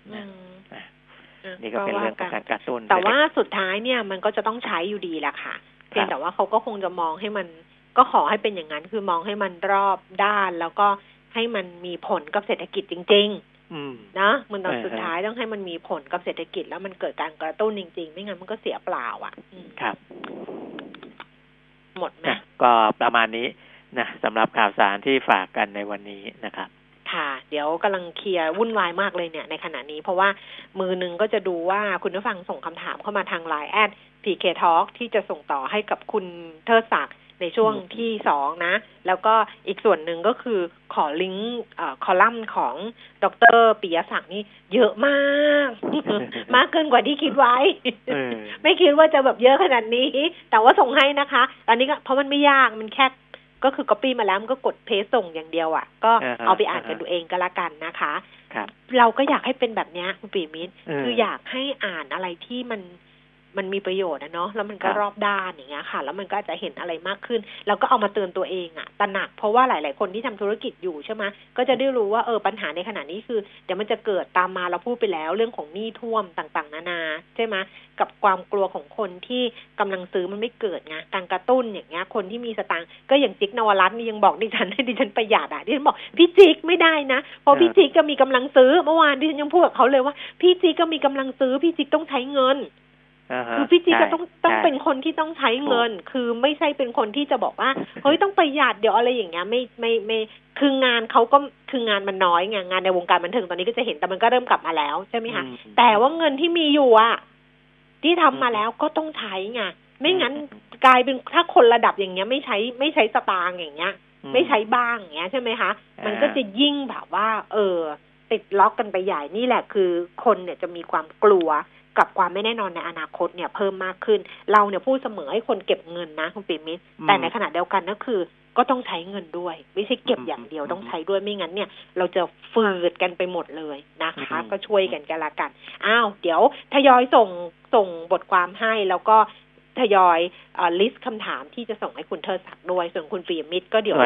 นี่ก็เป็นเรื่องของการกระตุ้นแต่ว่าสุดท้ายเนี่ยมันก็จะต้องใช้อยู่ดีแหละค่ะเพียงแต่ว่าเขาก็คงจะมองให้มันก็ขอให้เป็นอย่างนั้นคือมองให้มันรอบด้านแล้วก็ให้มันมีผลกับเศรษฐกิจจริงๆนะมันตอนสุดท้ายต้องให้มันมีผลกับเศรษฐกิจแล้วมันเกิดการกระตุ้นจริงๆไม่งั้นมันก็เสียเปล่าครับหมดไหมก็ประมาณนี้นะสำหรับข่าวสารที่ฝากกันในวันนี้นะครับค่ะเดี๋ยวกำลังเคลียร์วุ่นวายมากเลยเนี่ยในขณะนี้เพราะว่ามือนึงก็จะดูว่าคุณผู้ฟังส่งคำถามเข้ามาทาง LINE @PK Talk ที่จะส่งต่อให้กับคุณเทิดศักดิ์ในช่วงที่2นะแล้วก็อีกส่วนหนึ่งก็คือขอลิงก์คอลัมน์ของดร.ปิยศักดิ์นี่เยอะมากมากเกินกว่าที่คิดไว้ไม่คิดว่าจะแบบเยอะขนาดนี้แต่ว่าส่งให้นะคะตอนนี้ก็เพราะมันไม่ยากมันแค่ก็คือ copy มาแล้วมันก็กด paste ส่งอย่างเดียวก็เอาไปอ่านกันดูเองก็แล้วกันนะคะเราก็อยากให้เป็นแบบนี้คุณปิยมิตรคืออยากให้อ่านอะไรที่มันมีประโยชน์นะเนาะแล้วมันก็รอบด้านอย่างเงี้ยค่ะแล้วมันก็จะเห็นอะไรมากขึ้นแล้วก็เอามาเตือนตัวเองตระหนักเพราะว่าหลายๆคนที่ทำธุรกิจอยู่ใช่ไหมก็จะได้รู้ว่าปัญหาในขณะนี้คือเดี๋ยวมันจะเกิดตามมาเราพูดไปแล้วเรื่องของหนี้ท่วมต่างๆนานาใช่ไหมกับความกลัวของคนที่กำลังซื้อมันไม่เกิดไงการกระตุ้นอย่างเงี้ยคนที่มีสตางค์ก็อย่างจิ๊กนวรัตน์นี่ยังบอกดิฉันให้ดิฉันประหยัดดิฉันบอกพี่จิ๊กไม่ได้นะเพราะพี่จิ๊กก็มีกำลังซื้อเมื่อวานดิฉันยังพูดกับเขาเลยว่าพี่จิ๊กก็มีกำลังซื้อพี่จิ๊กต้องใช้เงินคือพี่จิ๊กก็ต้องเป็นคนที่ต้องใช้เงินคือไม่ใช่เป็นคนที่จะบอกว่าเฮ้ยต้องประหยัดเดี๋ยวอะไรอย่างเงี้ยไม่คืองานเขาก็คืองานมันน้อยไงงานในวงการบันเทิงตอนนี้ก็จะเห็นแต่มันก็เริ่มกลับมาแล้วใช่ไหมคะแต่ว่าเงินที่มีอยู่ที่ทำมาแล้วก็ต้องใช้ไงไม่งั้นกลายเป็นถ้าคนระดับอย่างเงี้ยไม่ใช้สตางค์อย่างเงี้ยไม่ใช้บ้างอย่างเงี้ยใช่ไหมคะมันก็จะยิ่งแบบว่าติดล็อกกันไปใหญ่นี่แหละคือคนเนี่ยจะมีความกลัวกับความไม่แน่นอนในอนาคตเนี่ยเพิ่มมากขึ้นเราเนี่ยพูดเสมอให้คนเก็บเงินนะคุณปิยมิตรแต่ในขณะเดียวกันก็คือก็ต้องใช้เงินด้วยไม่ใช่เก็บอย่างเดียวต้องใช้ด้วยไม่งั้นเนี่ยเราจะฝืดกันไปหมดเลยนะคะก็ช่วยกันละกันเดี๋ยวทยอยส่งบทความให้แล้วก็ทยอยลิสต์คำถามที่จะส่งให้คุณเทิดศักดิ์ด้วยส่วนคุณปิยมิตรก็เดี๋ยว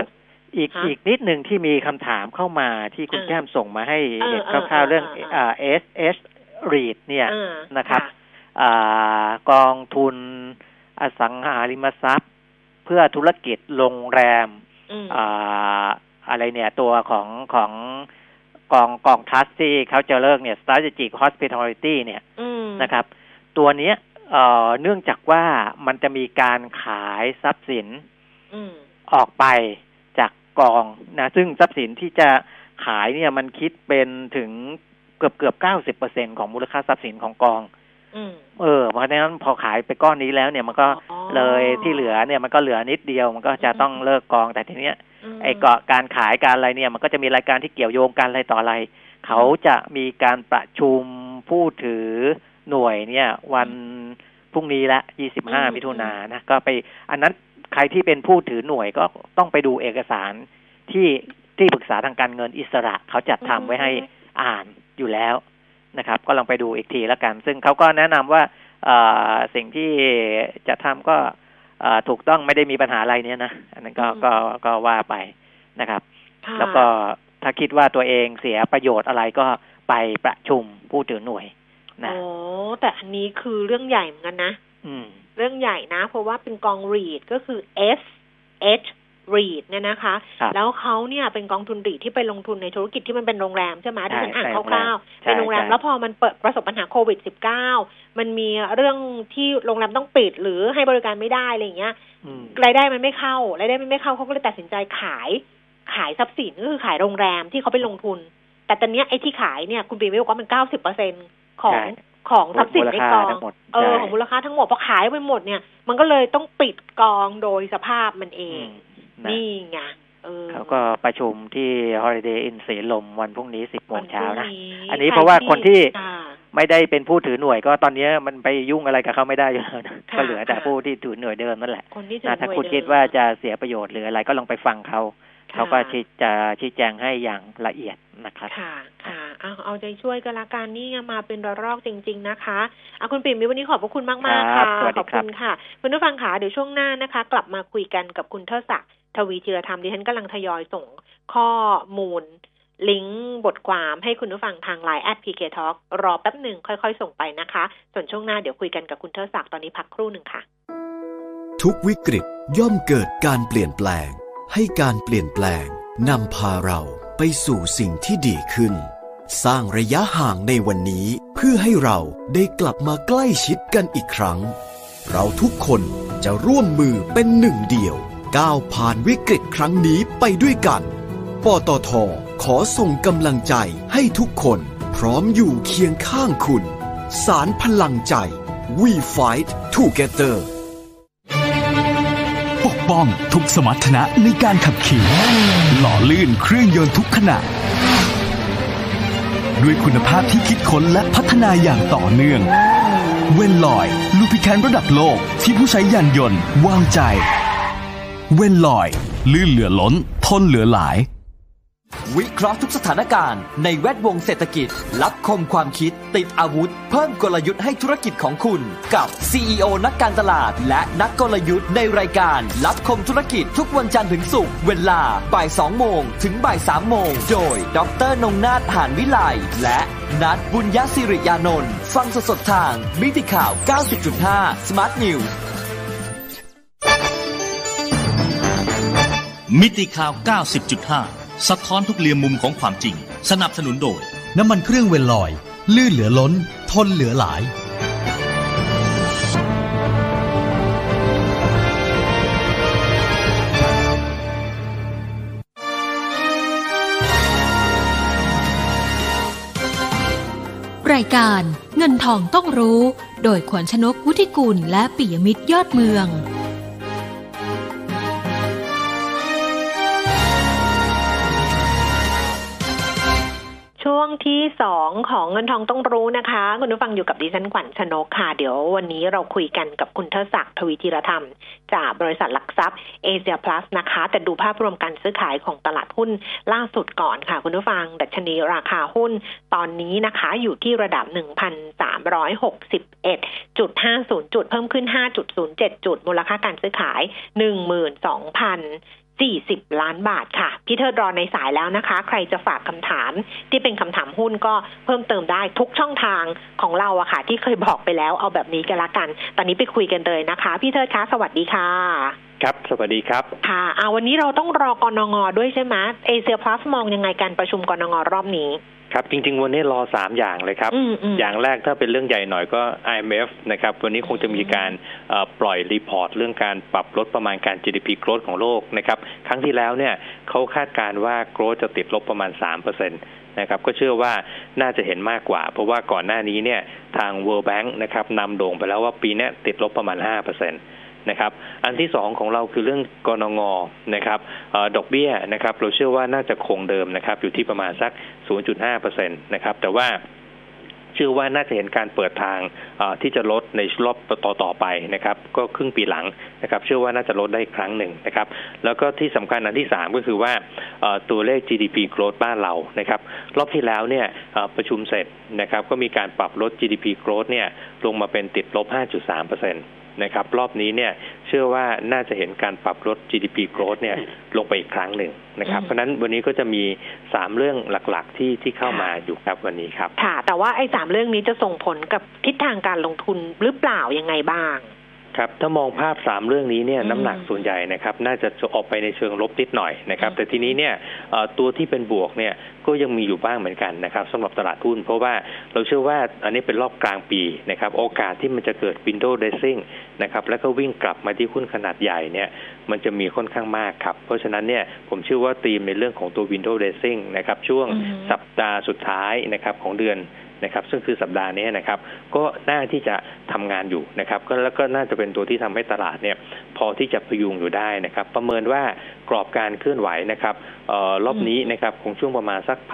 อีกนิดหนึ่งที่มีคำถามเข้ามาที่คุณแก้มส่งมาให้คร่าวๆเรื่องSS REIT เนี่ยนะครับกองทุนอสังหาริมทรัพย์เพื่อธุรกิจโรงแรมอะไรเนี่ยตัวของกองทัสที่เขาจะเลิกเนี่ย Strategic Hospitality เนี่ยนะครับตัวเนี้ยเนื่องจากว่ามันจะมีการขายทรัพย์สินออกไปจากกองนะซึ่งทรัพย์สินที่จะขายเนี่ยมันคิดเป็นถึงเกือบ 90% ของมูลค่าทรัพย์สินของกองเพราะฉะนั้นพอขายไปก้อนนี้แล้วเนี่ยมันก็เลยที่เหลือเนี่ยมันก็เหลือนิดเดียวมันก็จะต้องเลิกกองแต่ทีเนี้ยไอ้การขายการอะไรเนี่ยมันก็จะมีรายการที่เกี่ยวโยงกันอะไรต่ออะไรเขาจะมีการประชุมผู้ถือหน่วยเนี่ยวันพรุ่งนี้ละ25มิถุนายนนะก็ไปอันนั้นใครที่เป็นผู้ถือหน่วยก็ต้องไปดูเอกสารที่ปรึกษาทางการเงินอิสระเขาจัดทำไว้ให้อ่านอยู่แล้วนะครับก็ลองไปดูอีกทีแล้วกันซึ่งเขาก็แนะนำว่าสิ่งที่จะทำก็ถูกต้องไม่ได้มีปัญหาอะไรเนี่ยนะอันนั้นก็ว่าไปนะครับแล้วก็ถ้าคิดว่าตัวเองเสียประโยชน์อะไรก็ไปประชุมผู้ถือหน่วยนะแต่อันนี้คือเรื่องใหญ่เหมือนกันนะเรื่องใหญ่นะเพราะว่าเป็นกอง REIT ก็คือ SH REIT เนี่ยนะคะแล้วเขาเนี่ยเป็นกองทุน REIT ที่ไปลงทุนในธุรกิจที่มันเป็นโรงแรมใช่ไหมที่ฉันอ่านคร่าวๆเป็นโรงแรมแล้วพอมันเปิดประสบปัญหาโควิด -19 มันมีเรื่องที่โรงแรมต้องปิดหรือให้บริการไม่ได้อะไรอย่างเงี้ยรายได้มันไม่เข้าเขาก็เลยตัดสินใจขายทรัพย์สินก็คือขายโรงแรมที่เขาไปลงทุนแต่ตอนนี้ไอ้ที่ขายเนี่ยคุณปีไม่บอกว่ามัน 90% ของทรัพย์สินในกองของมูลค่าทั้งหมดพอขายไปหมดเนี่ยมันก็เลยต้องปิดกองโดยสภาพมันเองนี่ไงเขาก็ประชุมที่ Holiday Inn ศรีลมวันพรุ่งนี้ 10 โมงเช้านะอันนี้เพราะว่าคนที่ไม่ได้เป็นผู้ถือหน่วยก็ตอนนี้มันไปยุ่งอะไรกับเขาไม่ได้อยู่แล้วนะก็เหลือแต่ผู้ที่ถือหน่วยเดิมนั่นแหละถ้าคุณคิดว่าจะเสียประโยชน์หรืออะไรก็ลองไปฟังเขาก็จะชี้แจงให้อย่างละเอียดนะครับค่ะเอาใจช่วยกันละกันนี่มาเป็นระลอกจริงๆนะคะคุณปิ่มวันนี้ขอบพระคุณมากๆค่ะขอบคุณค่ะคุณผู้ฟังค่ะเดี๋ยวช่วงหน้านะคะกลับมาคุยกันกับคุณเทิดศักดิ์ทวีจิรธรรมดิฉันกำลังทยอยส่งข้อมูลลิงก์บทความให้คุณผู้ฟังทาง LINE @PK Talk รอแป๊บหนึ่งค่อยๆส่งไปนะคะส่วนช่วงหน้าเดี๋ยวคุยกันกับคุณเทิดศักดิ์ตอนนี้พักครู่หนึ่งค่ะทุกวิกฤตย่อมเกิดการเปลี่ยนแปลงให้การเปลี่ยนแปลงนำพาเราไปสู่สิ่งที่ดีขึ้นสร้างระยะห่างในวันนี้เพื่อให้เราได้กลับมาใกล้ชิดกันอีกครั้งเราทุกคนจะร่วมมือเป็นหนึ่งเดียวก้าวผ่านวิกฤตครั้งนี้ไปด้วยกันปตท.ขอส่งกำลังใจให้ทุกคนพร้อมอยู่เคียงข้างคุณสารพลังใจ We Fight Together ปกป้องทุกสมรรถนะในการขับขี่หล่อลื่นเครื่องยนต์ทุกขณะด้วยคุณภาพที่คิดค้นและพัฒนาอย่างต่อเนื่องเวนลอยลูพิแคนระดับโลกที่ผู้ใช้ยานยนต์วางใจเวนลอยลื่นเหลือล้นทนเหลือหลายวิเคราะห์ทุกสถานการณ์ในแวดวงเศรษฐกิจรับคมความคิดติดอาวุธเพิ่มกลยุทธ์ให้ธุรกิจของคุณกับ CEO นักการตลาดและนักกลยุทธ์ในรายการรับคมธุรกิจทุกวันจันทร์ถึงศุกร์เวลาบ่าย 2 โมงถึงบ่าย 3 โมงโดยดร.นงนาถ หานวิไลและนัทบุญยศิริยานนท์ฟังสดๆทางมิติข่าว 90.5 Smart News มิติข่าว 90.5 สะท้อนทุกเหลี่ยมมุมของความจริงสนับสนุนโดยน้ำมันเครื่องเวนลอยลื่นเหลือล้นทนเหลือหลายรายการเงินทองต้องรู้โดยขวัญชนกวุฒิกุลและปิยมิตรยอดเมืองช่วงที่2ของเงินทองต้องรู้นะคะคุณผู้ฟังอยู่กับดิฉันขวัญชนกค่ะเดี๋ยววันนี้เราคุยกันกับคุณเทิดศักดิ์ทวีจิรธรรมจากบริษัทหลักทรัพย์เอเชียพลัสนะคะแต่ดูภาพรวมการซื้อขายของตลาดหุ้นล่าสุดก่อนค่ะคุณผู้ฟังดัชนีราคาหุ้นตอนนี้นะคะอยู่ที่ระดับ 1,361.50 จุดเพิ่มขึ้น 5.07 จุดมูลค่าการซื้อขาย 12,4 40 ล้านบาทค่ะพี่เทิดรอในสายแล้วนะคะใครจะฝากคำถามที่เป็นคำถามหุ้นก็เพิ่มเติมได้ทุกช่องทางของเราอะค่ะที่เคยบอกไปแล้วเอาแบบนี้กันละกันตอนนี้ไปคุยกันเลยนะคะพี่เทิดคะสวัสดีค่ะครับสวัสดีครับค่ะวันนี้เราต้องรอกนง.ด้วยใช่ไหมเอเชียพลัสมองยังไงการประชุมกนง.รอบนี้ครับจริงๆวันนี้รอ3อย่างเลยครับอย่างแรกถ้าเป็นเรื่องใหญ่หน่อยก็ IMF นะครับวันนี้คงจะมีการปล่อยรีพอร์ตเรื่องการปรับลดประมาณการ GDP growth ของโลกนะครับครั้งที่แล้วเนี่ยเขาคาดการณ์ว่า growth จะติดลบประมาณ 3%นะครับก็เชื่อว่าน่าจะเห็นมากกว่าเพราะว่าก่อนหน้านี้เนี่ยทาง World Bank นะครับนำโด่งไปแล้วว่าปีนี้ติดลบประมาณ 5%นะครับอันที่สองของเราคือเรื่องกนง.นะครับดอกเบี้ยนะครับเราเชื่อว่าน่าจะคงเดิมนะครับอยู่ที่ประมาณสัก 0.5% นะครับแต่ว่าเชื่อว่าน่าจะเห็นการเปิดทางที่จะลดในรอบต่อไปนะครับก็ครึ่งปีหลังนะครับเชื่อว่าน่าจะลดได้อีกครั้งหนึ่งนะครับแล้วก็ที่สำคัญอันที่3ก็คือว่าตัวเลข GDP growth บ้านเรานะครับรอบที่แล้วเนี่ยประชุมเสร็จนะครับก็มีการปรับลด GDP growth เนี่ยลงมาเป็นติดลบ 5.3%นะครับรอบนี้เนี่ยเชื่อว่าน่าจะเห็นการปรับลด GDP growth เนี่ยลงไปอีกครั้งหนึ่งนะครับเพราะนั้นวันนี้ก็จะมี3เรื่องหลักๆที่เข้ามาอยู่ครับวันนี้ครับค่ะแต่ว่าไอ้3เรื่องนี้จะส่งผลกับทิศทางการลงทุนหรือเปล่ายังไงบ้างครับถ้ามองภาพ3เรื่องนี้เนี่ยน้ำหนักส่วนใหญ่นะครับน่าจะออกไปในเชิงลบนิดหน่อยนะครับแต่ทีนี้เนี่ยตัวที่เป็นบวกเนี่ยก็ยังมีอยู่บ้างเหมือนกันนะครับสำหรับตลาดหุ้นเพราะว่าเราเชื่อว่าอันนี้เป็นรอบกลางปีนะครับโอกาสที่มันจะเกิด window dressing นะครับแล้วก็วิ่งกลับมาที่หุ้นขนาดใหญ่เนี่ยมันจะมีค่อนข้างมากครับเพราะฉะนั้นเนี่ยผมเชื่อว่าธีมในเรื่องของตัว window dressing นะครับช่วงสัปดาห์สุดท้ายนะครับของเดือนนะครับซึ่งคือสัปดาห์นี้นะครับก็น่าที่จะทำงานอยู่นะครับแล้วก็น่าจะเป็นตัวที่ทำให้ตลาดเนี่ยพอที่จะพยุงอยู่ได้นะครับประเมินว่ากรอบการเคลื่อนไหวนะครับรอบนี้นะครับคงช่วงประมาณสัก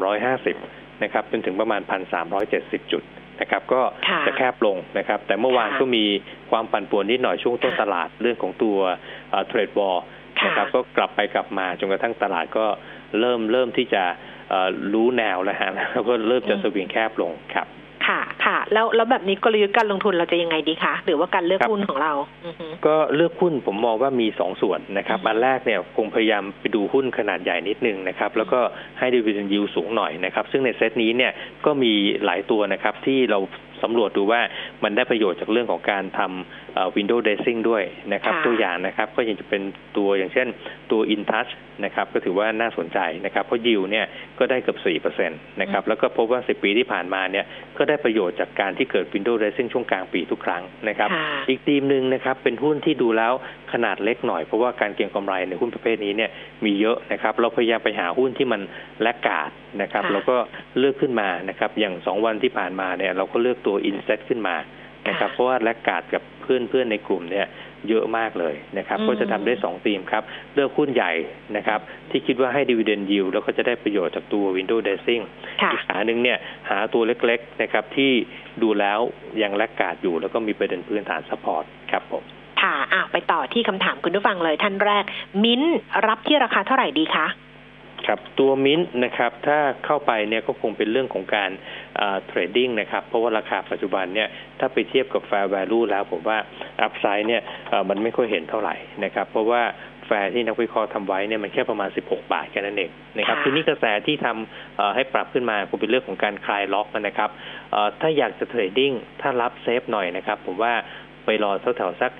1,350 นะครับจนถึงประมาณ 1,370 จุดนะครับก็จะแคบลงนะครับแต่เมื่อวานก็มีความปั่นป่วนนิดหน่อยช่วงต้นตลาดเรื่องของตัวเทรดวอร์นะครับก็กลับไปกลับมาจนกระทั่งตลาดก็เริ่มที่จะรู้แนวแล้วฮะแล้วก็เริ่มจะสวิงแคบลงครับค่ะแล้วแบบนี้กลยุทธ์การลงทุนเราจะยังไงดีคะหรือว่าการเลือกหุ้นของเราก็เลือกหุ้นผมมองว่ามี2ส่วนนะครับอันแรกเนี่ยคงพยายามไปดูหุ้นขนาดใหญ่นิดนึงนะครับแล้วก็ให้ dividend yield สูงหน่อยนะครับซึ่งในเซตนี้เนี่ยก็มีหลายตัวนะครับที่เราสำรวจดูว่ามันได้ประโยชน์จากเรื่องของการทำwindow dressing ด้วยนะครับตัวอย่างนะครับก็ยังจะเป็นตัวอย่างเช่นตัว InTouch นะครับก็ถือว่าน่าสนใจนะครับเพราะ yield เนี่ยก็ได้เกือบ 4% นะครับแล้วก็พบว่า10ปีที่ผ่านมาเนี่ยก็ได้ประโยชน์จากการที่เกิด window dressing ช่วงกลางปีทุกครั้งนะครับอีกธีมนึงนะครับเป็นหุ้นที่ดูแล้วขนาดเล็กหน่อยเพราะว่าการเก็งกำไรในหุ้นประเภทนี้เนี่ยมีเยอะนะครับเราพยายามไปหาหุ้นที่มันแลกขาดนะครับแล้วก็เลือกขึ้นมานะครับอย่าง2วันที่ผ่านมาเนี่ยเราก็เลือกตัว Inset ขึ้นมานะครับเพราะว่าแลกขาดกับเพื่อนในกลุ่มเนี่ยเยอะมากเลยนะครับก็จะทำได้2ธีมครับเลือกหุ้นใหญ่นะครับที่คิดว่าให้ dividend yield แล้วก็จะได้ประโยชน์จากตัว window dressing อีกหาหนึ่งเนี่ยหาตัวเล็กๆนะครับที่ดูแล้วยังแลกขาดอยู่แล้วก็มีประเด็นพื้นฐาน support ครับผมค่ะไปต่อที่คำถามคุณผู้ฟังเลยท่านแรกมิ้นรับที่ราคาเท่าไหร่ดีคะครับตัวมิ้นนะครับถ้าเข้าไปเนี่ยก็คงเป็นเรื่องของการเทรดดิ้งนะครับเพราะว่าราคาปัจจุบันเนี่ยถ้าไปเทียบกับ fair value แล้วผมว่า upside เนี่ยมันไม่ค่อยเห็นเท่าไหร่นะครับเพราะว่าแฟร์ที่นักวิเคราะห์ทำไว้เนี่ยมันแค่ประมาณ16 บาทแค่นั้นเองนะครับทีนี้กระแสที่ทำให้ปรับขึ้นมาคงเป็นเรื่องของการคลายล็อกนะครับถ้าอยากจะเทรดดิ้งถ้ารับเซฟหน่อยนะครับผมว่าไปรอแถวๆสัก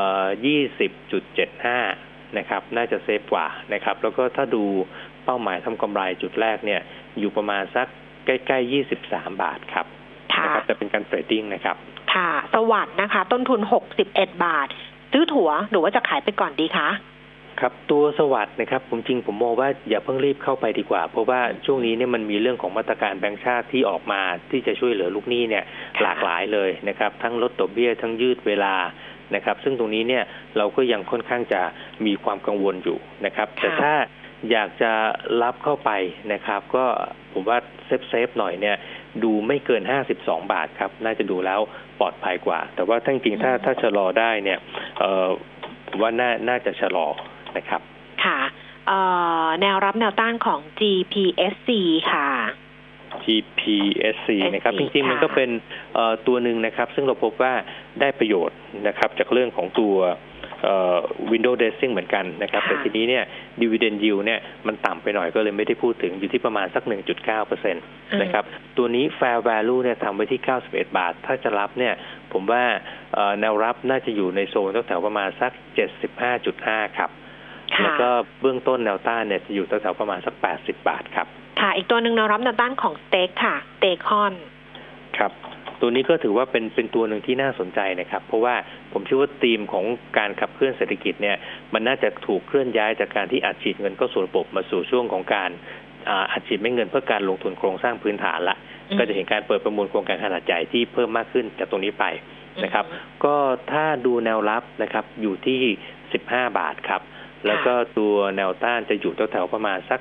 20.75 นะครับน่าจะเซฟกว่านะครับแล้วก็ถ้าดูเป้าหมายทำกำไรจุดแรกเนี่ยอยู่ประมาณสักใกล้ๆ23 บาทครับนะครับแต่เป็นการเทรดดิ้งนะครับค่ะสวัสดิ์นะคะต้นทุน61 บาทซื้อถั่วหรือว่าจะขายไปก่อนดีคะครับตัวสวัสดิ์นะครับผมมองว่าอย่าเพิ่งรีบเข้าไปดีกว่าเพราะว่าช่วงนี้เนี่ยมันมีเรื่องของมาตรการแบงก์ชาติที่ออกมาที่จะช่วยเหลือลูกหนี้เนี่ยหลากหลายเลยนะครับทั้งลดดอกเบี้ยทั้งยืดเวลานะครับซึ่งตรงนี้เนี่ยเราก็ยังค่อนข้างจะมีความกังวลอยู่นะครับแต่ถ้าอยากจะรับเข้าไปนะครับก็ผมว่าเซฟหน่อยเนี่ยดูไม่เกิน52 บาทครับน่าจะดูแล้วปลอดภัยกว่าแต่ว่าจริงๆถ้าชะลอได้เนี่ยผมว่าน่าจะชะลอนะครับค่ะแนวรับแนวต้านของ GPSC ค่ะ GPSC นะครับจริงๆมันก็เป็นตัวหนึ่งนะครับซึ่งเราพบว่าได้ประโยชน์นะครับจากเรื่องของตัว window dressing เหมือนกันนะครับแต่ทีนี้เนี่ย dividend yield เนี่ยมันต่ำไปหน่อยก็เลยไม่ได้พูดถึงอยู่ที่ประมาณสัก 1.9% นะครับตัวนี้ fair value เนี่ยทำไว้ที่91 บาทถ้าจะรับเนี่ยผมว่าแนวรับน่าจะอยู่ในโซนแถวประมาณสัก 75.5 ครับแล้วก็เบื้องต้นแนวต้านเนี่ยจะอยู่แถวประมาณสัก80 บาทครับค่ะอีกตัวหนึ่งแนวรับแนวต้านของสเต็กค่ะสเต็กคอนครับตัวนี้ก็ถือว่าเป็นตัวหนึ่งที่น่าสนใจนะครับเพราะว่าผมเชื่อว่าธีมของการขับเคลื่อนเศรษฐกิจเนี่ยมันน่าจะถูกเคลื่อนย้ายจากการที่อัดฉีดเงินเข้าสู่ระบบมาสู่ช่วงของการอัดฉีดเงินเพื่อการลงทุนโครงสร้างพื้นฐานละก็จะเห็นการเปิดประมูลโครงการขนาดใหญ่ที่เพิ่มมากขึ้นจากตรงนี้ไปนะครับก็ถ้าดูแนวรับนะครับอยู่ที่15 บาทครับแล้วก็ตัวแนวต้านจะอยู่แถวๆประมาณสัก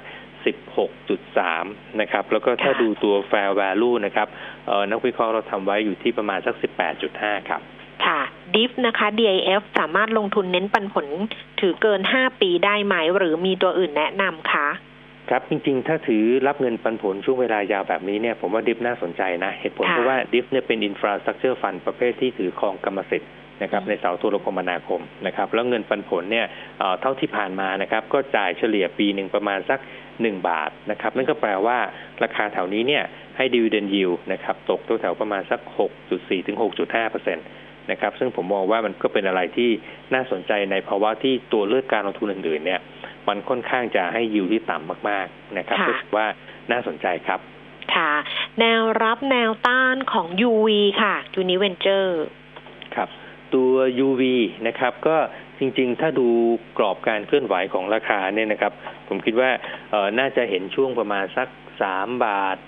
16.3 นะครับแล้วก็ถ้าดูตัว fair value นะครับนักวิเคราะห์เราทำไว้อยู่ที่ประมาณสัก 18.5 ครับค่ะ DIF นะคะ DIF สามารถลงทุนเน้นปันผลถือเกิน5ปีได้ไหมหรือมีตัวอื่นแนะนำคะครับจริงๆถ้าถือรับเงินปันผลช่วงเวลายาวแบบนี้เนี่ยผมว่า DIF น่าสนใจนะเหตุผลเพราะว่า DIF เนี่ยเป็น infrastructure fund ประเภทที่ถือครองกรรมสิทธิ์นะครับในเสาโทรคมนาคมนะครับแล้วเงินปันผลเนี่ยเท่าที่ผ่านมานะครับก็จ่ายเฉลี่ยปีหนึ่งประมาณสัก1 บาทนะครับนั่นก็แปลว่าราคาแถวนี้เนี่ยให้ dividend yield นะครับตกแถวประมาณสัก 6.4 ถึง 6.5% นะครับซึ่งผมมองว่ามันก็เป็นอะไรที่น่าสนใจในภาวะที่ตัวเลือกการลงทุนอื่นๆเนี่ยมันค่อนข้างจะให้ yield ที่ต่ำมากๆนะครับก็ถือว่าน่าสนใจครับค่ะแนวรับแนวต้านของ UV ค่ะ Univenture ครับตัว UV นะครับก็จริงๆถ้าดูกรอบการเคลื่อนไหวของราคาเนี่ยนะครับผมคิดว่าน่าจะเห็นช่วงประมาณสัก3 บาท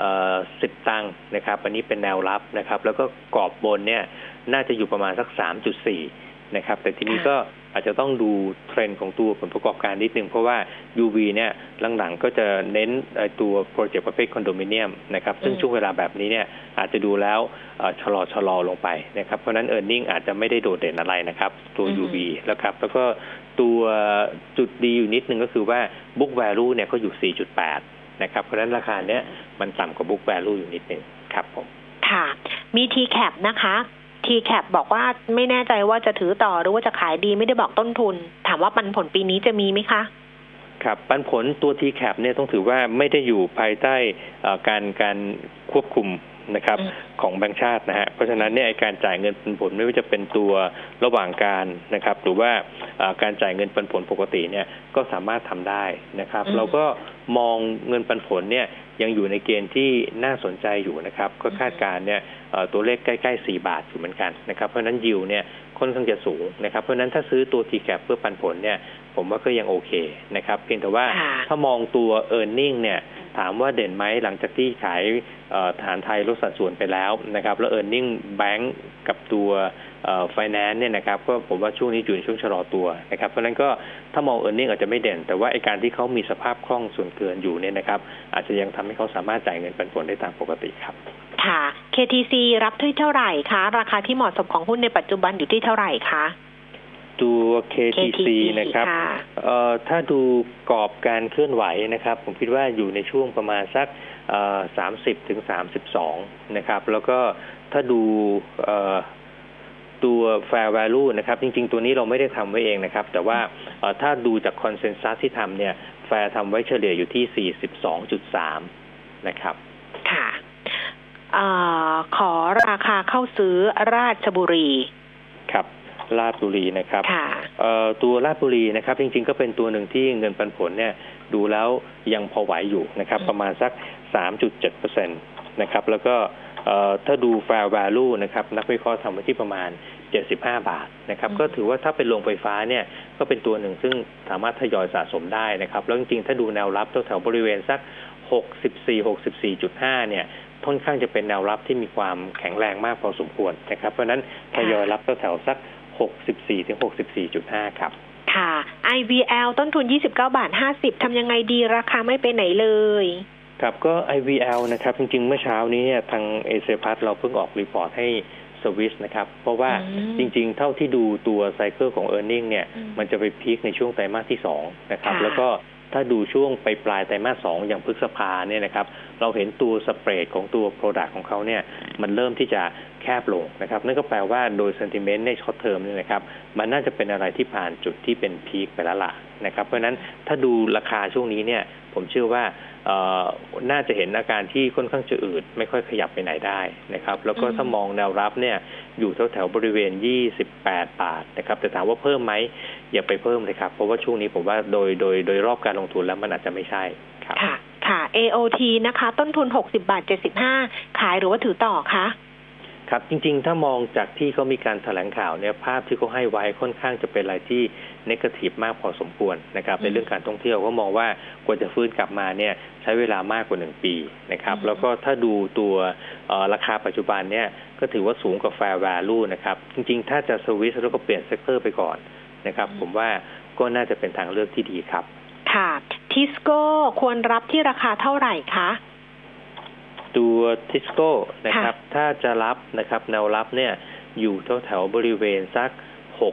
10 ตังค์นะครับอันนี้เป็นแนวรับนะครับแล้วก็กรอบบนเนี่ยน่าจะอยู่ประมาณสัก 3.4 นะครับแต่ทีนี้ก็อาจจะต้องดูเทรนด์ของตัวผลประกอบการนิดนึงเพราะว่า UV เนี่ยหลังๆก็จะเน้นตัวโปรเจกต์ประเภทคอนโดมิเนียมนะครับซึ่งช่วงเวลาแบบนี้เนี่ยอาจจะดูแล้วชะลอลงไปนะครับเพราะนั้น earning อาจจะไม่ได้โดดเด่นอะไรนะครับตัว UV แล้วครับแล้วก็ตัวจุดดีอยู่นิดนึงก็คือว่า book value เนี่ยก็อยู่ 4.8 นะครับเพราะนั้นราคาเนี้ยมันต่ำกว่า book value อยู่นิดนึงครับผมค่ะมี TCAP นะคะ TCAP บอกว่าไม่แน่ใจว่าจะถือต่อหรือว่าจะขายดีไม่ได้บอกต้นทุนถามว่าปันผลปีนี้จะมีไหมคะครับปันผลตัว TCAP เนี่ยต้องถือว่าไม่ได้อยู่ภายใต้การควบคุมนะครับของแบงก์ชาตินะฮะเพราะฉะนั้นเนี่ยการจ่ายเงินปันผลไม่ว่าจะเป็นตัวระหว่างการนะครับหรือว่าการจ่ายเงินปันผลปกติเนี่ยก็สามารถทำได้นะครับเราก็มองเงินปันผลเนี่ยยังอยู่ในเกณฑ์ที่น่าสนใจอยู่นะครับก็คาดการณ์เนี่ยตัวเลขใกล้ๆ4 บาทอยู่เหมือนกันนะครับเพราะฉะนั้นยิวเนี่ยค่อนข้างจะสูงนะครับเพราะฉะนั้นถ้าซื้อตัว TCAP เพื่อปันผลเนี่ยผมว่าก็ยังโอเคนะครับเพียงแต่ว่าถ้ามองตัว earning เนี่ยถามว่าเด่นไหมหลังจากที่ขายฐานไทยลดสัดส่วนไปแล้วนะครับแล้ว earning bank กับตัวfinance เนี่ยนะครับก็ผมว่าช่วงนี้อยู่ในช่วงชะลอตัวนะครับเพราะฉะนั้นก็ถ้ามอง earning อาจจะไม่เด่นแต่ว่าไอ้การที่เขามีสภาพคล่องส่วนเกินอยู่เนี่ยนะครับอาจจะยังทำให้เขาสามารถจ่ายเงินปันผลได้ตามปกติครับค่ะ KTC รับที่เท่าไหร่คะราคาที่เหมาะสมของหุ้นในปัจจุบันอยู่ที่เท่าไหร่คะตัว KTC นะครับถ้าดูกรอบการเคลื่อนไหวนะครับผมคิดว่าอยู่ในช่วงประมาณสัก30 ถึง 32นะครับแล้วก็ถ้าดูตัว fair value นะครับจริงๆตัวนี้เราไม่ได้ทำไว้เองนะครับแต่ว่าถ้าดูจาก consensus ที่ทำเนี่ย fair ทำไว้เฉลี่ยอยู่ที่ 42.3 นะครับค่ะขอราคาเข้าซื้อราชบุรีครับราชบุรีนะครับตัวราชบุรีนะครับจริงๆก็เป็นตัวหนึ่งที่เงินปันผลเนี่ยดูแล้วยังพอไหวอยู่นะครับประมาณสัก 3.7% นะครับแล้วก็ถ้าดู fair value นะครับนักวิเคราะห์ทำไว้ที่ประมาณ75 บาทนะครับก็ถือว่าถ้าเป็นโรงไฟฟ้าเนี่ยก็เป็นตัวหนึ่งซึ่งสามารถทยอยสะสมได้นะครับแล้วจริงๆถ้าดูแนวรับแถวๆบริเวณสัก 64-64.5 เนี่ยค่อนข้างจะเป็นแนวรับที่มีความแข็งแรงมากพอสมควรนะครับเพราะนั้นทยอยรับแถวๆสัก64-64.5 ครับค่ะ IVL ต้นทุน 29.50 ทำยังไงดีราคาไม่ไปไหนเลยครับก็ IVL นะครับจริงๆเมื่อเช้านี้เนี่ยทางเอเชียพัฒน์เราเพิ่งออกรีพอร์ตให้สวิสนะครับเพราะว่าจริงๆเท่าที่ดูตัวไซเคิลของ earning เนี่ยมันจะไปพีคในช่วงไตรมาสที่2นะครับแล้วก็ถ้าดูช่วงปลายไตรมาส2อย่างพฤษภาเนี่ยนะครับเราเห็นตัวสเปรดของตัว product ของเขาเนี่ยมันเริ่มที่จะแคบลงนะครับนั่นก็แปลว่าโดย sentiment ในช็อตเทอมนี่นะครับมันน่าจะเป็นอะไรที่ผ่านจุดที่เป็นพีคไปแล้วล่ะนะครับเพราะฉะนั้นถ้าดูราคาช่วงนี้เนี่ยผมเชื่อว่าน่าจะเห็นอาการที่ค่อนข้างจะอืดไม่ค่อยขยับไปไหนได้นะครับแล้วก็ถ้ามองแนวรับเนี่ยอยู่แถวๆบริเวณ28 บาทนะครับแต่ถามว่าเพิ่มไหมอย่าไปเพิ่มเลยครับเพราะว่าช่วงนี้ผมว่าโดยรอบการลงทุนแล้วมันอาจจะไม่ใช่ครับค่ะ AOT นะคะต้นทุน60.75 บาทขายหรือว่าถือต่อคะครับจริงๆถ้ามองจากที่เขามีการแถลงข่าวเนี่ยภาพที่เขาให้ไว้ค่อนข้างจะเป็นอะไรที่เนกาทีฟมากพอสมควรนะครับในเรื่องการท่องเที่ยวก็มองว่ากว่าจะฟื้นกลับมาเนี่ยใช้เวลามากกว่า1 ปีนะครับแล้วก็ถ้าดูตัวราคาปัจจุบันเนี่ยก็ถือว่าสูงกว่า fair value นะครับจริงๆถ้าจะสวิตช์แล้วก็เปลี่ยนเซกเตอร์ไปก่อนนะครับผมว่าก็น่าจะเป็นทางเลือกที่ดีครับค่ะทิสโก้ควรรับที่ราคาเท่าไหร่คะตัวทิสโก้นะครับถ้าจะรับนะครับแนวรับเนี่ยอยู่แถวๆบริเวณสัก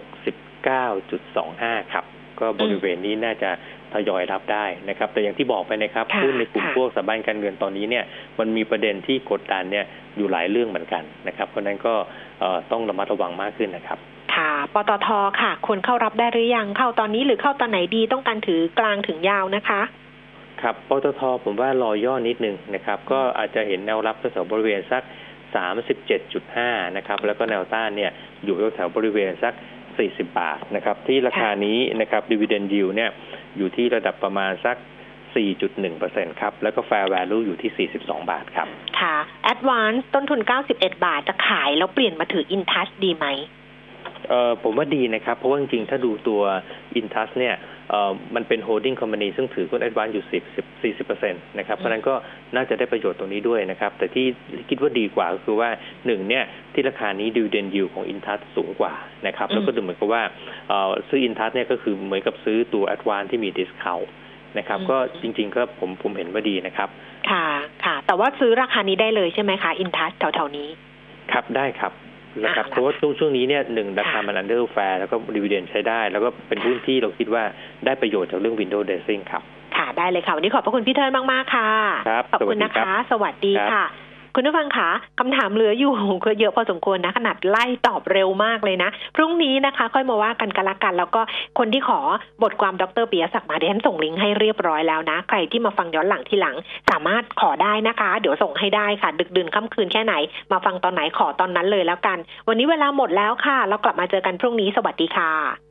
69.25 ครับก็บริเวณนี้น่าจะทยอยรับได้นะครับแต่อย่างที่บอกไปนะครับหุ้นในกลุ่มพวกสถาบันการเงินตอนนี้เนี่ยมันมีประเด็นที่กดดันเนี่ยอยู่หลายเรื่องเหมือนกันนะครับเพราะนั้นก็ต้องระมัดระวังมากขึ้นนะครับค่ะปตท.ค่ะควรเข้ารับได้หรือยังเข้าตอนนี้หรือเข้าตอนไหนดีต้องการถือกลางถึงยาวนะคะครับปตท.ผมว่ารอย่อนิดนึงนะครับก็อาจจะเห็นแนวรับแถวบริเวณสัก 37.5 นะครับแล้วก็แนวต้านเนี่ยอยู่แถวบริเวณสัก40 บาทนะครับที่ราคานี้นะครับ dividend yield เนี่ยอยู่ที่ระดับประมาณสัก 4.1% ครับแล้วก็ fair value อยู่ที่42 บาทครับค่ะ advance ต้นทุน91 บาทจะขายแล้วเปลี่ยนมาถือ InTouch ดีไหมผมว่าดีนะครับเพราะว่าจริงๆถ้าดูตัว InTouch เนี่ยมันเป็น holding company ซึ่งถือหุ้น Advance อยู่ 40% นะครับเพราะนั้นก็น่าจะได้ประโยชน์ตรงนี้ด้วยนะครับแต่ที่คิดว่าดีกว่าก็คือว่า1เนี่ยที่ราคานี้ dividend yield ของ InTouch สูงกว่านะครับแล้วก็ดูเหมือนกับว่าซื้อ InTouch เนี่ยก็คือเหมือนกับซื้อตัว Advance ที่มี discount นะครับก็จริงๆก็ผมเห็นว่าดีนะครับค่ะค่ะแต่ว่าซื้อราคานี้ได้เลยใช่ไหมคะ InTouch แถวๆนี้ครับได้ครับนะครับเพราะว่าช่วงนี้เนี่ย1ราคามัน under fair แล้วก็ dividend ใช้ได้แล้วก็เป็นหุ้นที่เราคิดว่าได้ประโยชน์จากเรื่อง window dressing ครับค่ะได้เลยค่ะวันนี้ขอบพระคุณพี่เทิร์นมากๆค่ะขอบคุณนะคะสวัสดีค่ะคุณผู้ฟังคะคำถามเหลืออยู่ก็เยอะพอสมควรนะขนาดไล่ตอบเร็วมากเลยนะพรุ่งนี้นะคะค่อยมาว่ากันละกันแล้วก็คนที่ขอบทความดร.ปิยศักดิ์มาดิฉันส่งลิงก์ให้เรียบร้อยแล้วนะใครที่มาฟังย้อนหลังทีหลังสามารถขอได้นะคะเดี๋ยวส่งให้ได้ค่ะดึกดื่นค่ำคืนแค่ไหนมาฟังตอนไหนขอตอนนั้นเลยแล้วกันวันนี้เวลาหมดแล้วค่ะแล้วกลับมาเจอกันพรุ่งนี้สวัสดีค่ะ